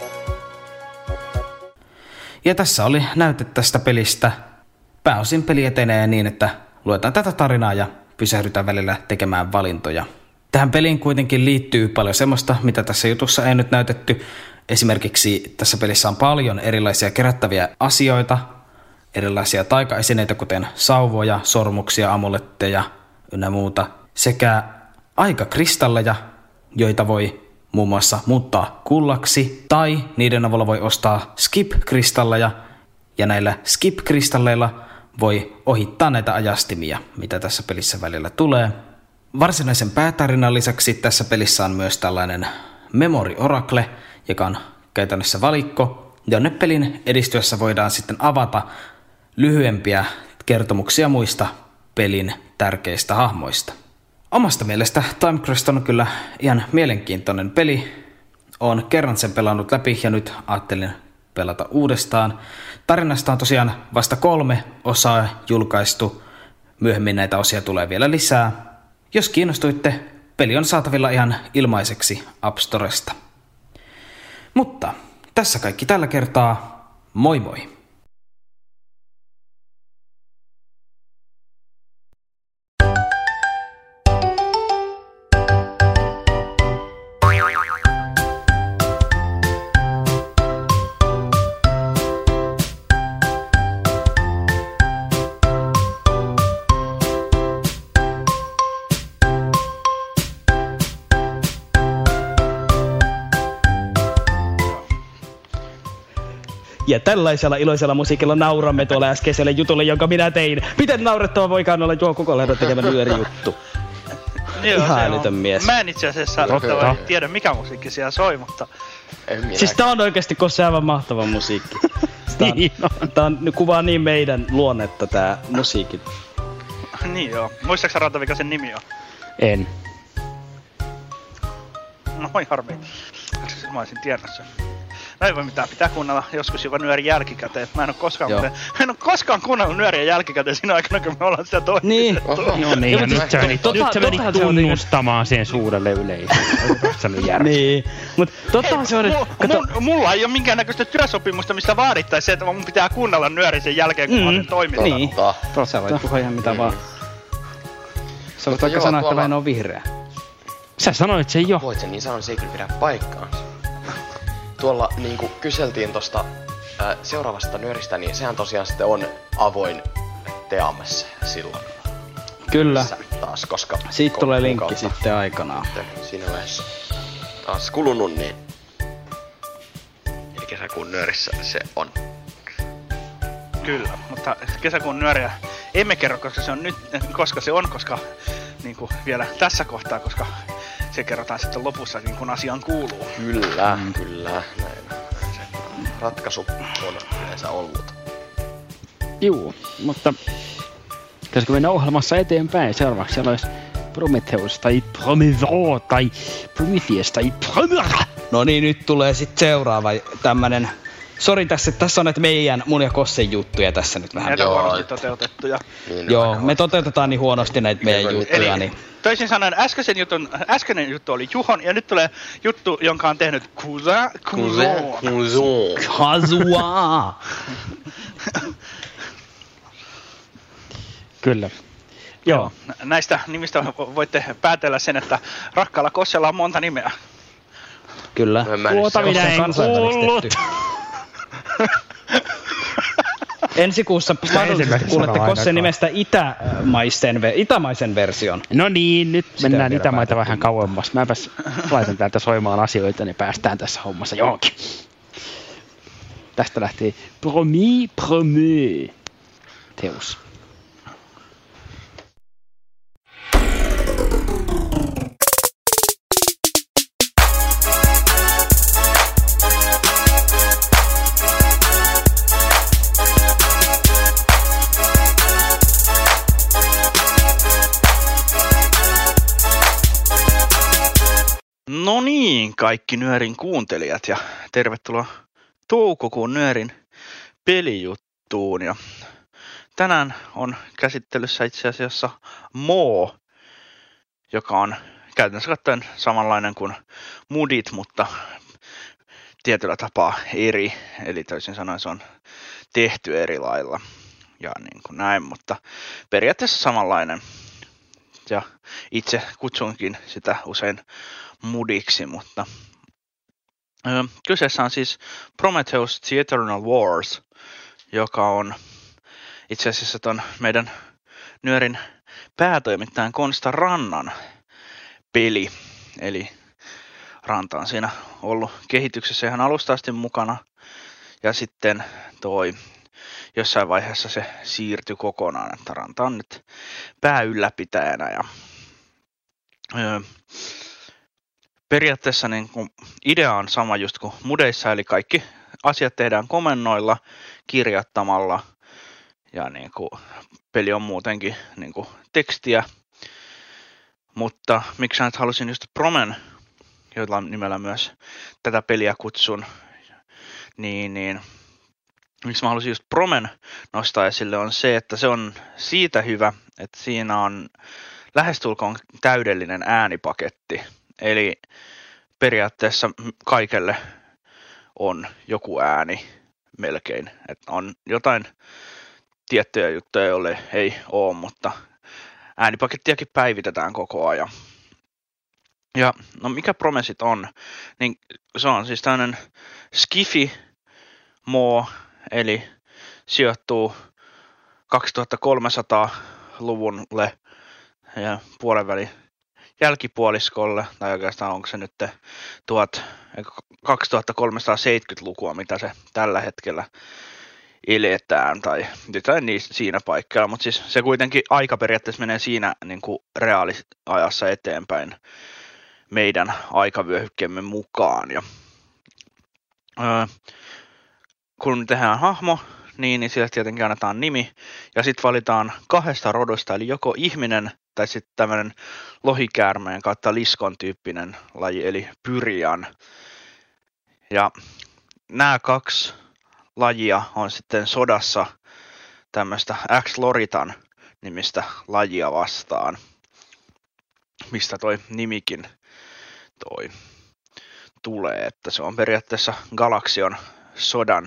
Ja tässä oli näyte tästä pelistä. Pääosin peli etenee niin, että luetaan tätä tarinaa ja pysähdytään välillä tekemään valintoja. Tähän peliin kuitenkin liittyy paljon semmoista, mitä tässä jutussa ei nyt näytetty. Esimerkiksi tässä pelissä on paljon erilaisia kerättäviä asioita, erilaisia taikaesineitä, kuten sauvoja, sormuksia, amuletteja ynnä muuta, sekä aikakristalleja, joita voi muun muassa muuttaa kullaksi, tai niiden avulla voi ostaa skip-kristalleja, ja näillä skip-kristalleilla voi ohittaa näitä ajastimia, mitä tässä pelissä välillä tulee. Varsinaisen päätarinan lisäksi tässä pelissä on myös tällainen Memory Oracle, joka on käytännössä valikko, jonne pelin edistyessä voidaan sitten avata lyhyempiä kertomuksia muista pelin tärkeistä hahmoista. Omasta mielestä Time Quest on kyllä ihan mielenkiintoinen peli. Olen kerran sen pelannut läpi ja nyt ajattelin pelata uudestaan. Tarinasta on tosiaan vasta kolme osaa julkaistu. Myöhemmin näitä osia tulee vielä lisää. Jos kiinnostuitte, peli on saatavilla ihan ilmaiseksi App Storesta. Mutta tässä kaikki tällä kertaa. Moi moi! Ja tällaisella iloisella musiikilla nauramme tuolle äskeiselle jutulle, jonka minä tein. Miten naurettava voikaan olla Juho Kukolehdo tekemä nyörijuttu? Ihan älytön mies. Mä en itse asiassa tiedä mikä musiikki siellä soi, mutta... Siis tää on oikeesti Kosse aivan mahtava musiikki. Tää on, tää on, kuvaa niin meidän luonnetta tää musiikki. Niin joo. Muistaaks sä Ranta, mikä sen nimi on? En. No moi harmi. Mä olisin tiennyt sen. No ei voi mitään, pitää kuunnella joskus jopa Nyörin jälkikäteen. Mä en oo koskaan, muuten, mä en oo koskaan kuunnellut Nyörin jälkikäteen siinä aikana, kun me ollaan sitä toimitettu. Niin. Joo niin, ja nyt sä menit, tota, nyt sä menit tota, tunnustamaan sen suurelle yleisölle. Niin, mut tota se on... Mun, mulla ei oo minkäännäköistä työsopimusta, mistä vaadittaisi se, että mun pitää kuunnella Nyörin sen jälkeen, kun mm. mä olen toimittanut. Niin, sä voit puhua ihan mitä vaan. Sä voit vaikka sanoa, että mä en oo vihreä. Sä sanoit sen jo. Voit sen niin sanoa, se ei kyllä pidä paikkaansa. Tuolla niinku kyseltiin tosta ää, seuraavasta nyöristä, niin sehän tosiaan sitten on avoin teamassa silloin. Kyllä. Taas, koska siitä tulee linkki sitten aikanaan. Siinä vaiheessa taas kulunut, niin eli kesäkuun nyörissä se on. Kyllä, mutta kesäkuun nyöriä emme kerro, koska se on nyt, koska se on, koska niinku vielä tässä kohtaa, koska se kerrotaan sitten lopussa, niin kun asiaan kuuluu. Kyllä, mm. kyllä. Näin. Se ratkaisu on yleensä ollut. Juu, mutta pitäisikö mennä ohjelmassa eteenpäin? Seuraavaksi siellä olisi Prometheus tai Prometho tai Prometheus tai Prometho. No niin, nyt tulee sitten seuraava tämmönen... Sori tässä, tässä on näitä meidän, mun ja Kossen juttuja tässä nyt vähän. Näitä huonosti toteutettuja. Niin, joo, me toteutetaan niin huonosti näitä meidän niin, juttuja. Niin. Toisin sanoen, äskeisen jutun, äskeinen juttu oli Juhon, ja nyt tulee juttu, jonka on tehnyt Kuza, Kuzon. Kazua. Kyllä. Joo. Näistä nimistä voitte päätellä sen, että rakkaalla Kossella on monta nimeä. Kyllä. Tuota minä en kuullut. Ensi kuussa mahdollisesti kuulette Kossen nimestä itämaisen, itämaisen version. No niin, nyt sitä mennään itämaita vähän kauemmas. Mäpäs laitan täältä soimaan asioita, niin päästään tässä hommassa johonkin. Tästä lähtee Promis Prometheus. No niin, kaikki Nyörin kuuntelijat ja tervetuloa toukokuun Nyörin pelijuttuun. Ja tänään on käsittelyssä itse asiassa Moo, joka on käytännössä katsoen samanlainen kuin Mudit, mutta tietyllä tapaa eri. Eli toisin sanoen se on tehty eri lailla ja niin kuin näin, mutta periaatteessa samanlainen. Ja itse kutsunkin sitä usein Mudiksi, mutta ö, kyseessä on siis Prometheus The Eternal Wars, joka on itse asiassa ton meidän Nyörin päätoimittajan Konsta Rannan peli. Eli Ranta on siinä ollut kehityksessä ihan alusta asti mukana ja sitten toi jossain vaiheessa se siirtyi kokonaan, että Ranta on nyt pääylläpitäjänä ja öö, periaatteessa niin kuin idea on sama just kuin Mudeissa, eli kaikki asiat tehdään komennoilla, kirjoittamalla ja niin kuin peli on muutenkin niin kuin tekstiä, mutta miksi nyt halusin just Promen, joilla nimellä myös tätä peliä kutsun, niin, niin miksi mä halusin just Promen nostaa esille on se, että se on siitä hyvä, että siinä on lähestulkoon täydellinen äänipaketti. Eli periaatteessa kaikelle on joku ääni melkein. Että on jotain tiettyjä juttuja, joille ei ole, mutta äänipakettiakin päivitetään koko ajan. Ja no mikä Promesit on, niin se on siis tämmöinen skifi moo, eli sijoittuu kaksituhattakolmesataa-luvulle ja puolenvälin jälkipuoliskolle, tai oikeastaan onko se nyt kaksituhattakolmesataaseitsemänkymmentälukua, mitä se tällä hetkellä eletään, tai jotain siinä paikalla, mutta siis se kuitenkin aika periaatteessa menee siinä niin kuin reaaliajassa eteenpäin meidän aikavyöhykkeemme mukaan. Ja, öö, kun tehdään hahmo, niin, niin sille tietenkin annetaan nimi, ja sitten valitaan kahdesta rodusta, eli joko ihminen tai sitten tämmöinen lohikäärmeen kautta liskon tyyppinen laji, eli pyrian. Ja nämä kaksi lajia on sitten sodassa tämmöistä X-Loritan nimistä lajia vastaan, mistä toi nimikin toi tulee, että se on periaatteessa Galaksion sodan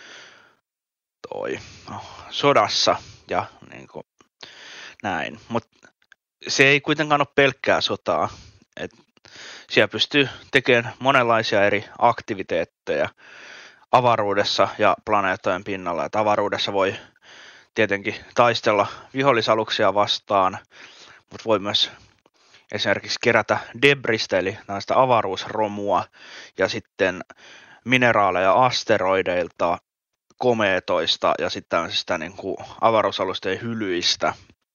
toi, no, sodassa ja niin kuin näin, mutta se ei kuitenkaan ole pelkkää sotaa, että siellä pystyy tekemään monenlaisia eri aktiviteetteja avaruudessa ja planeettojen pinnalla, että avaruudessa voi tietenkin taistella vihollisaluksia vastaan, mutta voi myös esimerkiksi kerätä debristä, eli näistä avaruusromua, ja sitten mineraaleja asteroideilta, komeetoista ja sitten tämmöisistä niin kuin avaruusalusten hylyistä.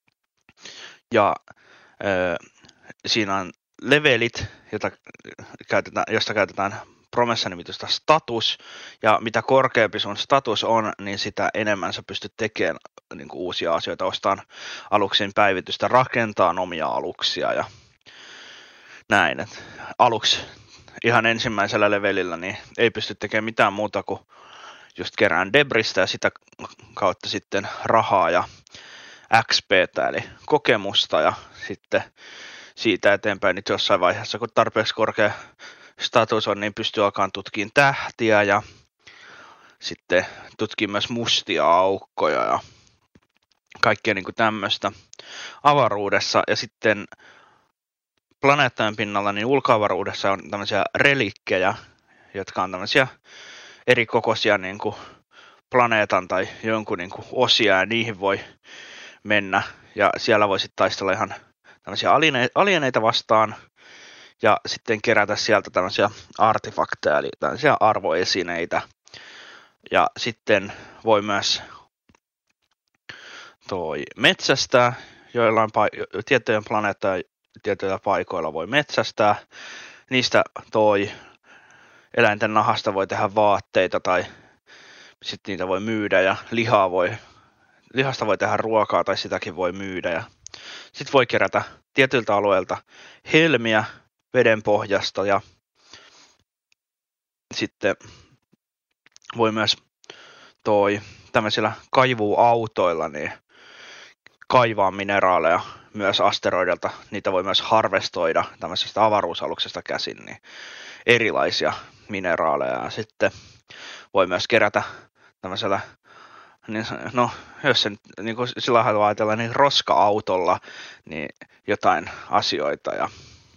Ja ö, siinä on levelit, jota käytetään, josta käytetään Promessa-nimitystä status, ja mitä korkeampi sun status on, niin sitä enemmän sä pystyt tekemään niin kuin uusia asioita, ostamaan aluksin päivitystä, rakentaa omia aluksia ja näin. Et aluksi ihan ensimmäisellä levelillä niin ei pysty tekemään mitään muuta kuin just kerään debristä ja sitä kautta sitten rahaa ja X P:tä, eli kokemusta, ja sitten siitä eteenpäin nyt jossain vaiheessa, kun tarpeeksi korkea status on, niin pystyy alkaan tutkimaan tähtiä ja sitten tutkii myös mustia aukkoja ja kaikkea niin kuin tämmöistä avaruudessa. Ja sitten planeettojen pinnalla, niin ulkoavaruudessa on tämmöisiä relikkejä, jotka on tämmöisiä eri kokoisia niin kuin planeetan tai jonkun niin kuin osia, ja niihin voi mennä. Ja siellä voi sitten taistella ihan tämmöisiä alieneita vastaan ja sitten kerätä sieltä tämmöisiä artefakteja, eli tämmöisiä arvoesineitä. Ja sitten voi myös toi metsästää, joillain pa- tiettyjen planeettojen tietyillä paikoilla voi metsästää. Niistä toi eläinten nahasta voi tehdä vaatteita tai sitten niitä voi myydä ja lihaa voi, lihasta voi tehdä ruokaa tai sitäkin voi myydä. Ja sitten voi kerätä tietyiltä alueilta helmiä, veden pohjasta ja sitten voi myös toi tämmöisillä kaivuautoilla niin kaivaa mineraaleja myös asteroidilta. Niitä voi myös harvestoida tämmöisestä avaruusaluksesta käsin, niin erilaisia mineraaleja. Ja sitten voi myös kerätä tämmöisellä, niin, no jos sen niin kuin sillä haluaa ajatella, niin roska-autolla niin jotain asioita. Ja,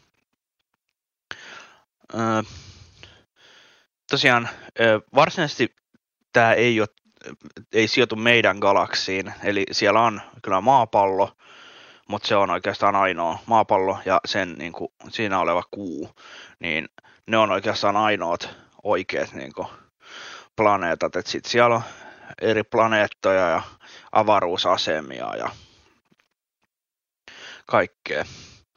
öö, tosiaan öö, varsinaisesti tämä ei ole ei sijoitu meidän galaksiin, eli siellä on kyllä maapallo, mutta se on oikeastaan ainoa maapallo ja sen niin kuin, siinä oleva kuu, niin ne on oikeastaan ainoat oikeat niin kuin, planeetat, että sitten siellä on eri planeettoja ja avaruusasemia ja kaikkea.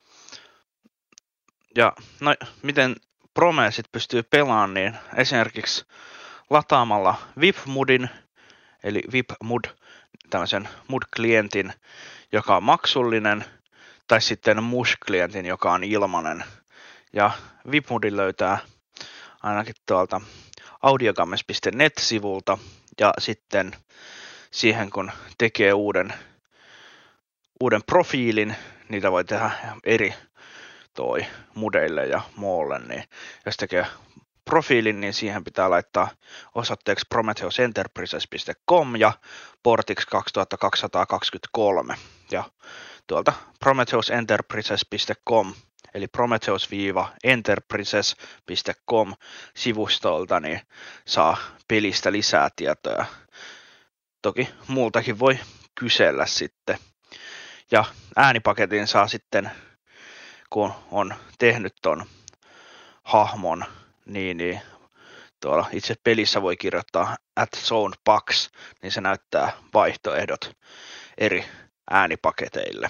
Ja no, miten Promea sit pystyy pelaamaan, niin esimerkiksi lataamalla VIPMudin, eli VIPMud, tämmöisen Mud-klientin, joka on maksullinen, tai sitten Mush-klientin, joka on ilmainen. Ja VIPMudin löytää ainakin tuolta audiogames piste net-sivulta, ja sitten siihen kun tekee uuden, uuden profiilin, niitä voi tehdä eri toi mudeille ja moolle, niin jos tekee profiilin, niin siihen pitää laittaa osoitteeksi prometheus enterprises piste com ja portiksi kaksituhattakaksisataakaksikymmentäkolme. Ja tuolta prometheus enterprises piste com eli prometheus enterprises piste com sivustolta niin saa pelistä lisää tietoja. Toki muultakin voi kysellä sitten. Ja äänipaketin saa sitten, kun on tehnyt ton hahmon, niin, niin tuolla itse pelissä voi kirjoittaa at soundpacks, niin se näyttää vaihtoehdot eri äänipaketeille.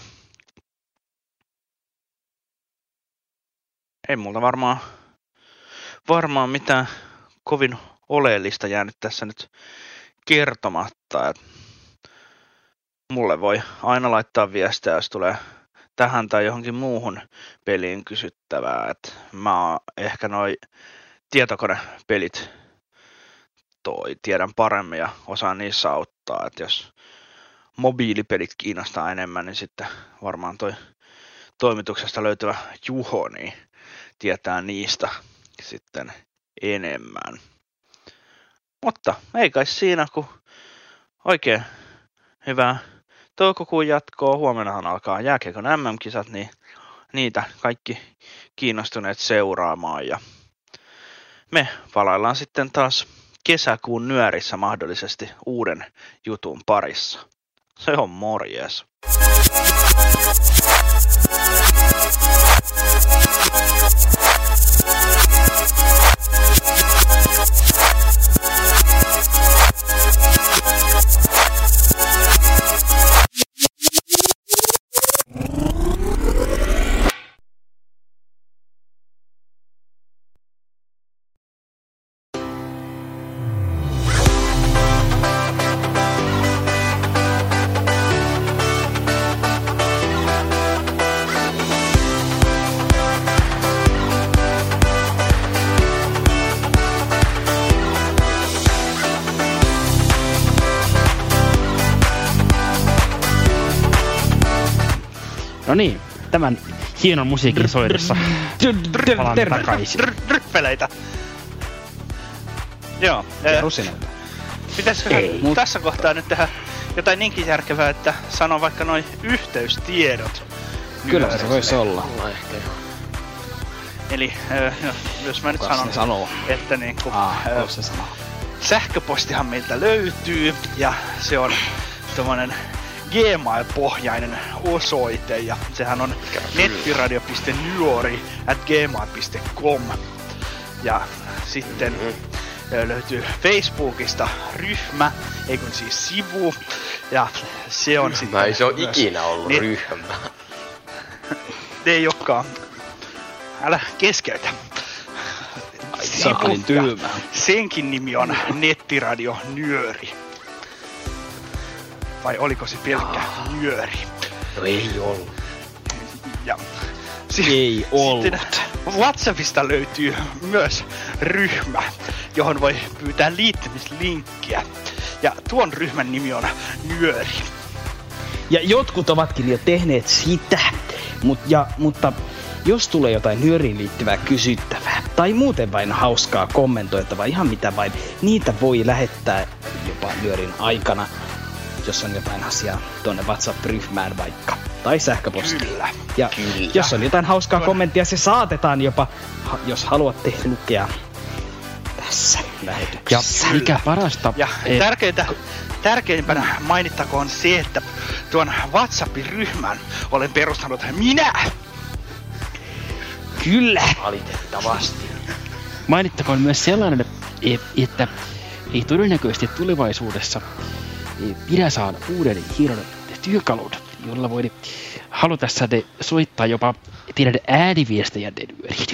Ei multa varmaan, varmaan mitään kovin oleellista jäänyt tässä nyt kertomatta. Et mulle voi aina laittaa viestiä, jos tulee tähän tai johonkin muuhun peliin kysyttävää. Et mä oon ehkä noi tietokonepelit toi tiedän paremmin ja osaan niissä auttaa. Et jos mobiilipelit kiinnostaa enemmän, niin sitten varmaan toi toimituksesta löytyvä Juho niin tietää niistä sitten enemmän. Mutta ei kai siinä, kun oikein hyvää toukokuun jatkoa. Huomennahan alkaa jääkiekon M M-kisat, niin niitä kaikki kiinnostuneet seuraamaan. Ja me palaillaan sitten taas kesäkuun nyörissä mahdollisesti uuden jutun parissa. Se on morjes. No niin, tämän hienon musiikin soidessa palaan takaisin. Ryppeleitä. Joo. Ja rusinoita. Pitäisikö tässä kohtaa nyt tehdä jotain niinkin järkevää, että sano vaikka noin yhteystiedot? Kyllä se voisi olla. Eli äh, jos mä nyt Kuka sanon, sanoo? että niinku, Aa, äh, se sanoo. sähköpostihan meiltä löytyy ja se on tommonen Gmail-pohjainen osoite ja sehän on nettiradio piste nyori at gmail piste com ja sitten mm-hmm. löytyy Facebookista ryhmä, ei kun siis sivu ja se on sitten... Ei se ole ikinä ollut net... ryhmä. Ei olekaan. Älä keskeytä. Sakalin tyymää. Senkin nimi on nettiradio nyöri. Vai oliko se pelkkä nyöri? No ei ollut. Ja Ei ollut. Sitten WhatsAppista löytyy myös ryhmä, johon voi pyytää liittymislinkkiä. Ja tuon ryhmän nimi on Nyöri. Ja jotkut ovatkin jo tehneet sitä, Mut, ja, mutta jos tulee jotain nyöriin liittyvää kysyttävää tai muuten vain hauskaa kommentoitavaa, ihan mitä vain, niitä voi lähettää jopa nyörin aikana, jos on jotain asiaa tuonne WhatsApp-ryhmään vaikka, tai sähköpostiin. Kyllä. Ja Kyllä. jos on jotain hauskaa kommenttia, se saatetaan jopa, jos haluatte lukea tässä lähetyksessä. Ja mikä parasta... Ja et... tärkeintä, tärkeimpänä mainittakoon se, että tuon WhatsApp-ryhmän olen perustanut minä. Kyllä. Valitettavasti. Mainittakoon myös sellainen, että ei todennäköisesti tulevaisuudessa pidä saada uuden hienon työkalun, jolla voi halutessa soittaa jopa teidän ääniviestejänne nyöriin.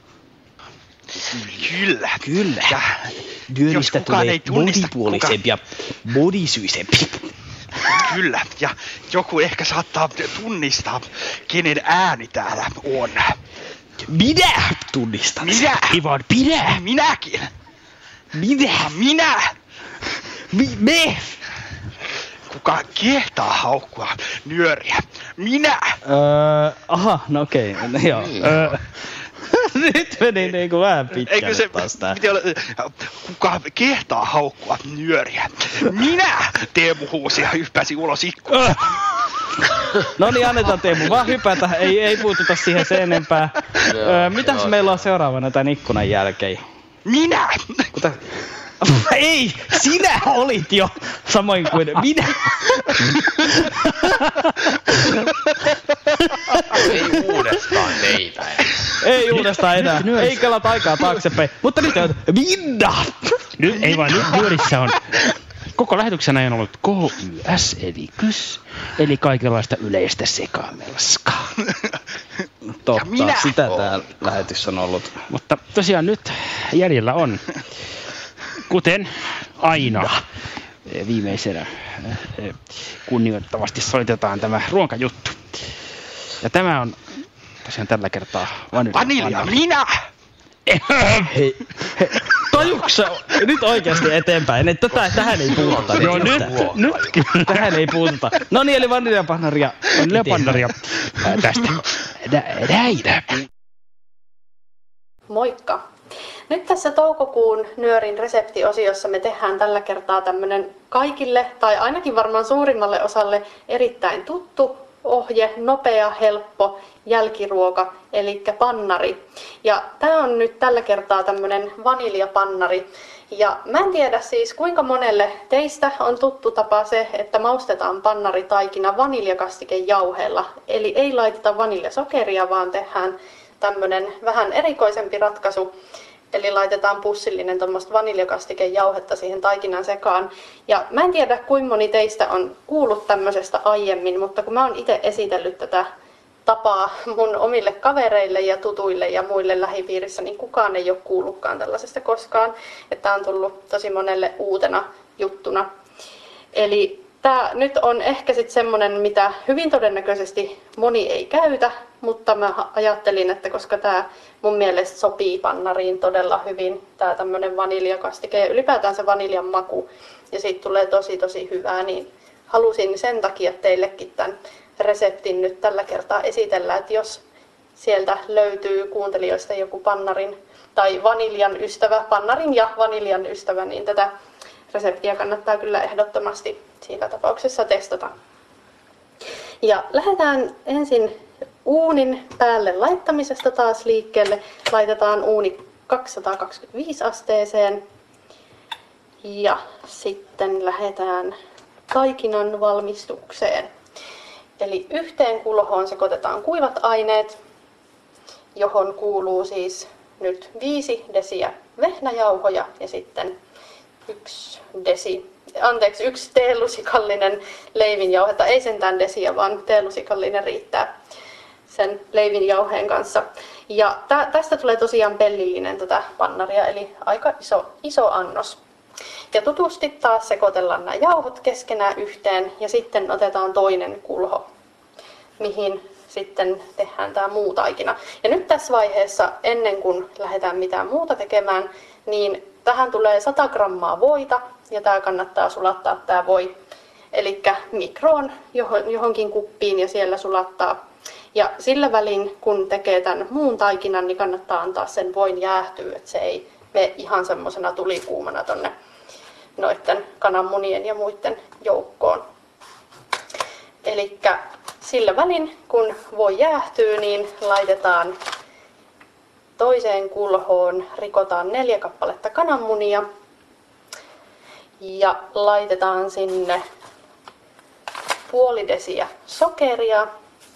Kyllä. Kyllä. Ja nyöristä tulee tunnista, monipuolisempi ja modisyisempi. Kyllä. Ja joku ehkä saattaa tunnistaa, kenen ääni täällä on. Minä tunnistan. Minä. Ivan, minä. Minäkin. Minä. Minä. Mi- me. Kuka kehtaa haukkua nyöriä? Minä. Öö, aha, no okei. Okay. Joo. Öö. Nyt meni niinku vähän pitkälle se, taas tää. Olla, kuka kehtaa haukkua nyöriä? Minä! Teemu huusi ja hyppäsi ulos ikkunasta. No niin, annetaan Teemu vaan hypätä. Ei, ei puututa siihen sen enempää. öö, mitäs joo. meillä on seuraavana tämän ikkunan jälkeen? Minä! Kuta... Ei! Sinä olit jo! Samoin kuin minä! Ei uudestaan teitä. Ei uudestaan enää. Ei kelata aikaa taaksepäin. Mutta nyt on Minna! Nyt ei vaan, nyt nyörissä on koko lähetyksen ajan ollut K Y S eli kys, eli kaikenlaista yleistä sekamelskaa. Totta, sitä tää lähetys on ollut. Mutta tosiaan nyt jäljellä on, kuten aina, viimeisenä kunnioittavasti soitetaan tämä ruokajuttu. Ja tämä on tosiaan tällä kertaa vanilja. Vanilja, minä! Hei, hei, tajuksä nyt oikeasti eteenpäin, että tätä, tähän ei puututa. Joo, nyt, nytkin. Tähän ei puututa. No niin, eli vaniljapannaria. Vaniljapannaria tästä. Näitä. Moikka! Nyt tässä toukokuun Nyörin reseptiosiossa me tehdään tällä kertaa tämmönen kaikille, tai ainakin varmaan suurimmalle osalle erittäin tuttu ohje, nopea, helppo jälkiruoka, eli pannari. Ja tämä on nyt tällä kertaa tämmönen vaniljapannari. Ja mä en tiedä siis kuinka monelle teistä on tuttu tapa se, että maustetaan pannaritaikina vaniljakastikejauheella. Eli ei laiteta vaniljasokeria, vaan tehdään tämmönen vähän erikoisempi ratkaisu. Eli laitetaan pussillinen tuommoista vaniljakastikejauhetta siihen taikinan sekaan. Ja mä en tiedä kuinka moni teistä on kuullut tämmöisestä aiemmin, mutta kun mä oon itse esitellyt tätä tapaa mun omille kavereille ja tutuille ja muille lähipiirissä, niin kukaan ei ole kuullutkaan tällaisesta koskaan. Että on tullut tosi monelle uutena juttuna. Eli tää nyt on ehkä sitten semmonen, mitä hyvin todennäköisesti moni ei käytä, mutta mä ajattelin, että koska tää mun mielestä sopii pannariin todella hyvin, tää tämmönen vaniljakastike ja ylipäätään se vaniljan maku, ja siitä tulee tosi tosi hyvää, niin halusin sen takia teillekin tämän reseptin nyt tällä kertaa esitellä, että jos sieltä löytyy kuuntelijoista joku pannarin tai vaniljan ystävä, pannarin ja vaniljan ystävä, niin tätä reseptiä kannattaa kyllä ehdottomasti siinä tapauksessa testata. Ja lähdetään ensin uunin päälle laittamisesta taas liikkeelle. Laitetaan uuni kaksisataakaksikymmentäviisi asteeseen ja sitten lähdetään taikinan valmistukseen. Eli yhteen kulhoon sekoitetaan kuivat aineet, johon kuuluu siis nyt viisi desiä vehnäjauhoja ja sitten yksi desi, anteeksi, yksi teelusikallinen leivinjauhetta, ei sentään desiä, vaan teelusikallinen riittää sen leivinjauheen kanssa. Ja tä, tästä tulee tosiaan pellillinen tätä pannaria, eli aika iso, iso annos. Ja tutusti taas sekoitellaan nämä jauhot keskenään yhteen ja sitten otetaan toinen kulho, mihin sitten tehdään tämä muu taikina. Ja nyt tässä vaiheessa, ennen kuin lähdetään mitään muuta tekemään, niin tähän tulee sata grammaa voita, ja tämä kannattaa sulattaa tämä voi. Eli mikroon johonkin kuppiin ja siellä sulattaa. Ja sillä välin, kun tekee tämän muun taikinan, niin kannattaa antaa sen voin jäähtyä, että se ei mene ihan semmoisena tulikuumana tonne noiden kananmunien ja muiden joukkoon. Eli sillä välin, kun voi jäähtyy, niin laitetaan toiseen kulhoon, rikotaan neljä kappaletta kananmunia ja laitetaan sinne puoli desiä sokeria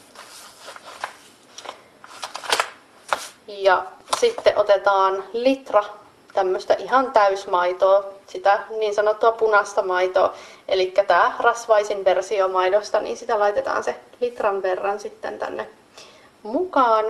ja sitten otetaan litra tämmöistä ihan täysmaitoa, sitä niin sanottua punaista maitoa, eli tämä rasvaisin versio maidosta, niin sitä laitetaan se litran verran sitten tänne mukaan.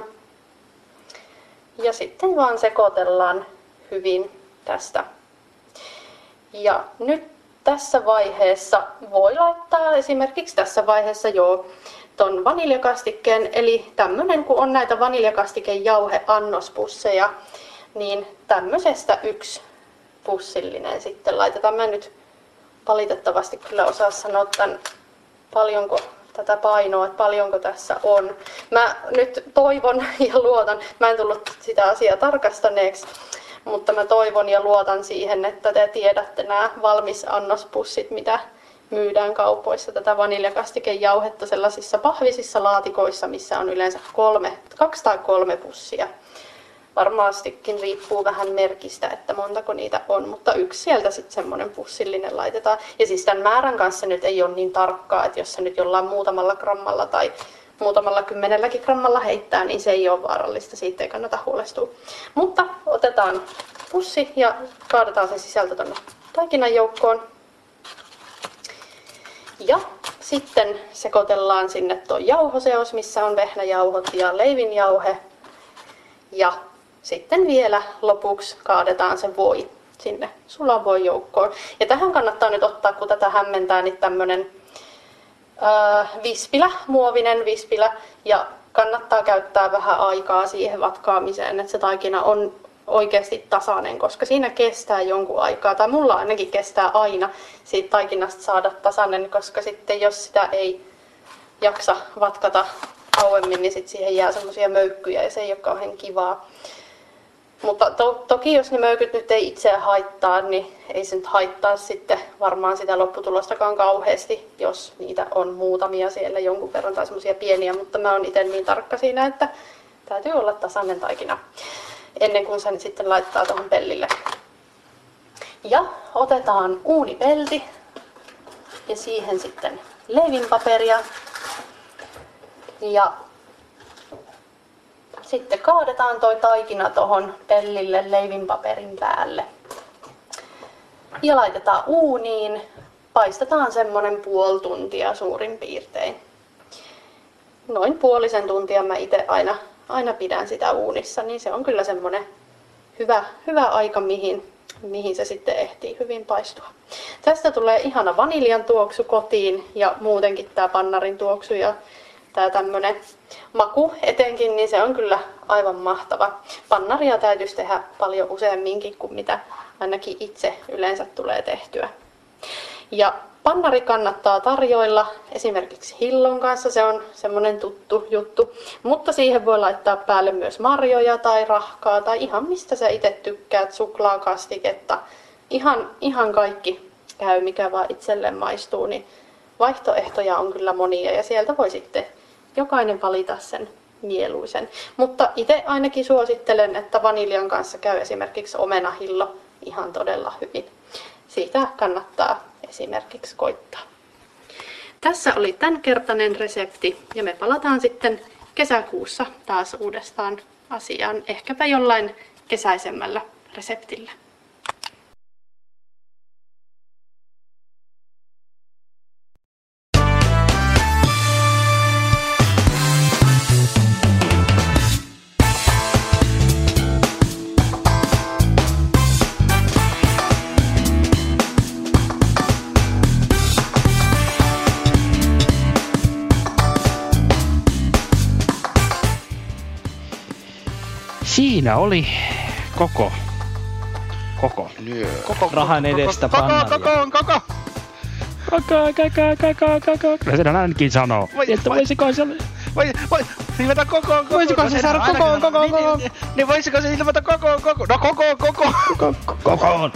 Ja sitten vaan sekoitellaan hyvin tästä. Ja nyt tässä vaiheessa voi laittaa esimerkiksi tässä vaiheessa jo ton vaniljakastikkeen, eli tämmönen kun on näitä vaniljakastikejauhe-annospusseja, niin tämmöisestä yksi pussillinen sitten laitetaan. Mä nyt valitettavasti kyllä osaa sanoa tämän, paljonko tätä painoa, että paljonko tässä on. Mä nyt toivon ja luotan, mä en tullut sitä asiaa tarkastaneeksi, mutta mä toivon ja luotan siihen, että te tiedätte nämä valmisannospussit, mitä myydään kaupoissa, tätä vaniljakastikejauhetta sellaisissa pahvisissa laatikoissa, missä on yleensä kolme, kaksi tai kolme pussia. Varmastikin riippuu vähän merkistä, että montako niitä on, mutta yksi sieltä sitten semmoinen pussillinen laitetaan. Ja siis tämän määrän kanssa nyt ei ole niin tarkkaa, että jos se nyt jollain muutamalla grammalla tai muutamalla kymmenelläkin grammalla heittää, niin se ei ole vaarallista, siitä ei kannata huolestua. Mutta otetaan pussi ja kaadetaan se sisältö tuonne taikinan joukkoon. Ja sitten sekoitellaan sinne tuo jauhoseos, missä on vehnäjauhot ja leivinjauhe. Ja sitten vielä lopuksi kaadetaan se voi sinne sulan joukkoon. Ja tähän kannattaa nyt ottaa, kun tätä hämmentää, niin tämmönen äh, vispilä, muovinen vispilä. Ja kannattaa käyttää vähän aikaa siihen vatkaamiseen, että se taikina on oikeasti tasainen, koska siinä kestää jonkun aikaa. Tai mulla ainakin kestää aina siitä taikinasta saada tasainen, koska sitten jos sitä ei jaksa vatkata kauemmin, niin sitten siihen jää semmoisia möykkyjä ja se ei ole kauhean kivaa. Mutta to- toki jos ne möykyt nyt ei itseä haittaa, niin ei se nyt haittaa sitten varmaan sitä lopputulostakaan kauheasti, jos niitä on muutamia siellä jonkun verran tai semmoisia pieniä, mutta mä oon itse niin tarkka siinä, että täytyy olla tasainen taikina ennen kuin sen sitten laittaa tuohon pellille. Ja otetaan uunipelti ja siihen sitten leivinpaperia. Ja sitten kaadetaan toi taikina tuohon pellille leivinpaperin päälle. Ja laitetaan uuniin. Paistetaan semmonen puoli tuntia suurin piirtein. Noin puolisen tuntia mä itse aina, aina pidän sitä uunissa, niin se on kyllä semmonen hyvä, hyvä aika, mihin, mihin se sitten ehtii hyvin paistua. Tästä tulee ihana vaniljan tuoksu kotiin ja muutenkin tää pannarin tuoksu ja tää tämmönen maku etenkin, niin se on kyllä aivan mahtava. Pannaria täytyisi tehdä paljon useamminkin kuin mitä ainakin itse yleensä tulee tehtyä. Ja pannari kannattaa tarjoilla esimerkiksi hillon kanssa, se on semmonen tuttu juttu. Mutta siihen voi laittaa päälle myös marjoja tai rahkaa tai ihan mistä sä itse tykkäät, suklaakastiketta. Ihan, ihan kaikki käy, mikä vaan itselleen maistuu, niin vaihtoehtoja on kyllä monia ja sieltä voi sitten jokainen valita sen mieluisen. Mutta itse ainakin suosittelen, että vaniljan kanssa käy esimerkiksi omenahillo ihan todella hyvin. Siitä kannattaa esimerkiksi koittaa. Tässä oli tämänkertainen resepti ja me palataan sitten kesäkuussa taas uudestaan asiaan, ehkäpä jollain kesäisemmällä reseptillä. Siinä oli koko. Koko. Koko. Rahan edestä pannaria. Koko, koko, koko. Koko, koko, koko, koko. Kyllä sen ainakin sanoo. Voi, että voisiko se... Voi, voi, ilmata koko, koko. Voisiko se saada koko, koko, koko? Niin, niin voisiko se ilmata koko, koko? No koko, koko. Koko.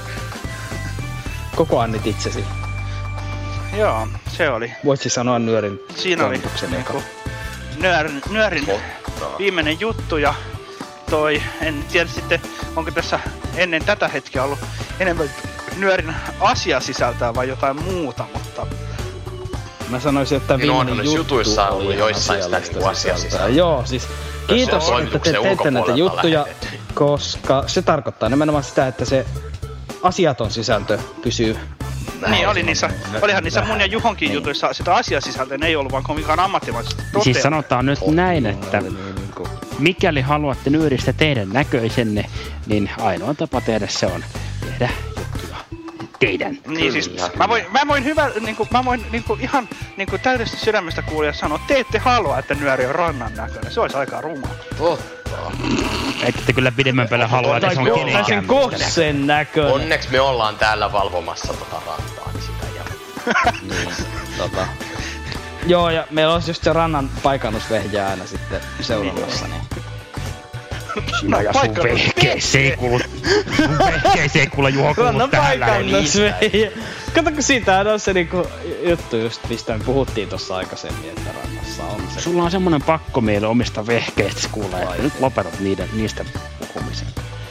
Koko annit itsesi. Joo, se oli. Voitsi sanoa nyörin siinä oli niinku nyörin, nyörin viimeinen juttu ja toi, en tiedä sitten, onko tässä ennen tätä hetkeä ollut enemmän nyörin asiasisältöä vai jotain muuta, mutta... Mä sanoisin, että viimeinen juttu jutuissa on ollut joissain sitä niinku asiasisältöä. Joo, siis kiitos, että te teette näitä juttuja, koska se tarkoittaa nimenomaan sitä, että se asiaton sisältö pysyy. Niin, oli niissä, olihan niissä mun ja Juhonkin niin. jutuissa sitä asiasisältöä ei ollut vaan kovinkaan ammattimaisesti toteamaan. Siis sanotaan nyt oh, näin, että mikäli haluatte nyöristä teidän näköisenne, niin ainoa tapa tehdä se on tehdä juttuja teidän. Niin siis, mä voin, mä voin hyvä, niinku, mä voin niinku ihan niinku täydestä sydämestä kuulia sanoa, te ette halua, että nyöri on rannan näköinen. Se olisi aika ruma. Totta. Ette kyllä pidemmän päälle halua, että se on kenenkään. Sen kossen näköinen. Onneksi me ollaan täällä valvomassa tota rantaa, niin sitä ja... niin, tota... Joo, ja meillä olisi just se rannan paikannusvehjä aina sitten seuraavassa, niin... Sinä ja sun vehkeeseen ei kuulu... Sun vehkeeseen ei kuulu Juho kuulu tähän paikannusvehjä. Kato, kun siitä on se niinku juttu just, mistä me puhuttiin tossa aikaisemmin, että rannassa on se. Sulla on semmonen pakko meille omista vehkeistä kuulee, että nyt lopetat niiden, niistä puhumisen.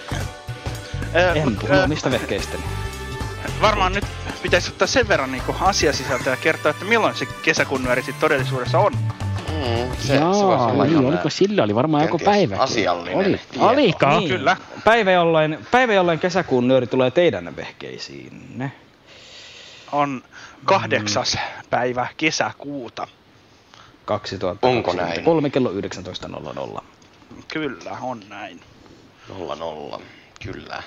En puhu omista vehkeistä. Varmaan nyt pitäisi ottaa sen verran niinku asiasisältöä ja kertoa, että milloin se kesäkuun nyöri sit todellisuudessa on. Mm, se, Jaa, se voisi niin, oliko sillä oli varmaan joku päivä? Asiallinen oli. Olikaan? Niin, kyllä. Päivä jolloin, päivä jolloin kesäkuun nyöri tulee teidän vehkeisiinne. On kahdeksas mm. päivä kesäkuuta. kaksituhattakaksikymmentäkolme kello yhdeksäntoista nolla nolla. Kyllä, on näin. Nolla nolla, kyllä.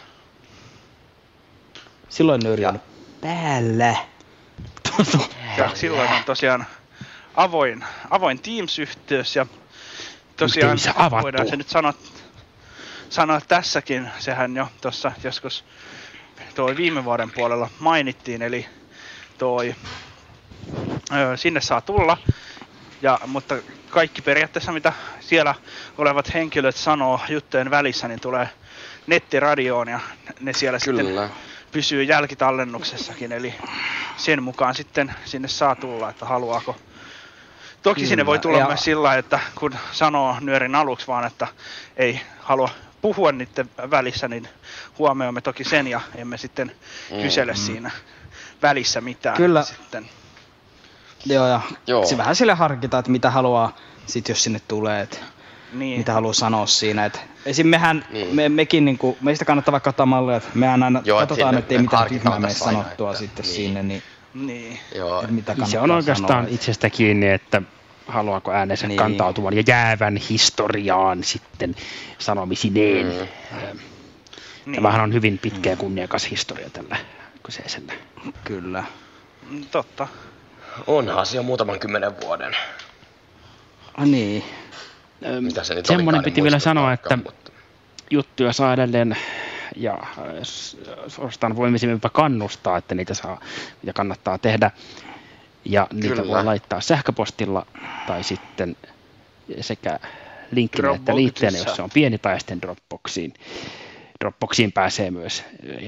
Silloin nyöri on päällä. Ja silloin on tosiaan avoin, avoin Teams-yhteys ja tosiaan voidaan se nyt sanoa, sanoa tässäkin, sehän jo tuossa joskus toi viime vuoden puolella mainittiin, eli toi ö, sinne saa tulla, ja, mutta kaikki periaatteessa mitä siellä olevat henkilöt sanoo juttujen välissä, niin tulee nettiradioon ja ne siellä Kyllä. sitten pysyy jälkitallennuksessakin, eli sen mukaan sitten sinne saa tulla, että haluaako. Toki Kyllä. sinne voi tulla ja... myös sillä, että kun sanoo nyörin aluksi vaan, että ei halua puhua niiden välissä, niin huomioimme toki sen ja emme sitten mm. kysele siinä välissä mitään. Kyllä. Sitten. Joo, ja Joo. se vähän sille harkitaan, että mitä haluaa sit jos sinne tulee, että niin. mitä haluaa sanoa siinä. Et esim. mehän, niin. me, mekin niinku, meistä kannattaa vaikka ottaa mallia, että me aina Joo, katsotaan, ettei me mitään tyhmää mene sanottua että, sitten niin. sinne, niin, niin. Joo. mitä se on oikeastaan sanoa, itsestä kiinni, että haluaako äänensä niin. kantautuvan ja jäävän historiaan sitten sanomisineen. Mm. Tämähän on hyvin pitkä ja kunniakas historia tällä kyseisellä. Kyllä. Totta. Onhan se jo muutaman kymmenen vuoden. Ah, niin. Mitä se nyt semmoinen piti vielä sanoa, että mutta... juttuja saa edelleen ja suorastaan voimme jopa kannustaa, että niitä saa ja kannattaa tehdä. Ja niitä Kyllä. voi laittaa sähköpostilla tai sitten sekä linkkinä että liitteenä, jos se on pieni, tai sitten Dropboxiin. Dropboxiin pääsee myös.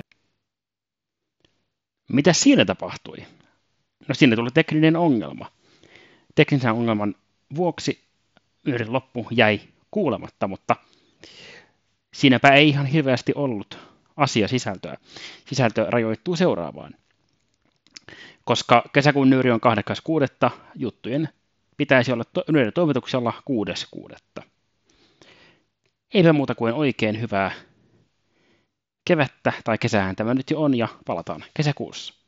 Mitä siinä tapahtui? No siinä tuli tekninen ongelma. Teknisen ongelman vuoksi yhden loppu jäi kuulematta, mutta siinäpä ei ihan hirveästi ollut asiasisältöä. Sisältö rajoittuu seuraavaan. Koska kesäkuun nyöri on kahdeksas kuudetta, juttujen pitäisi olla to- nyörin toimituksella kuudes kuudetta. Eipä muuta kuin oikein hyvää kevättä tai kesäähän tämä nyt jo on ja palataan kesäkuussa.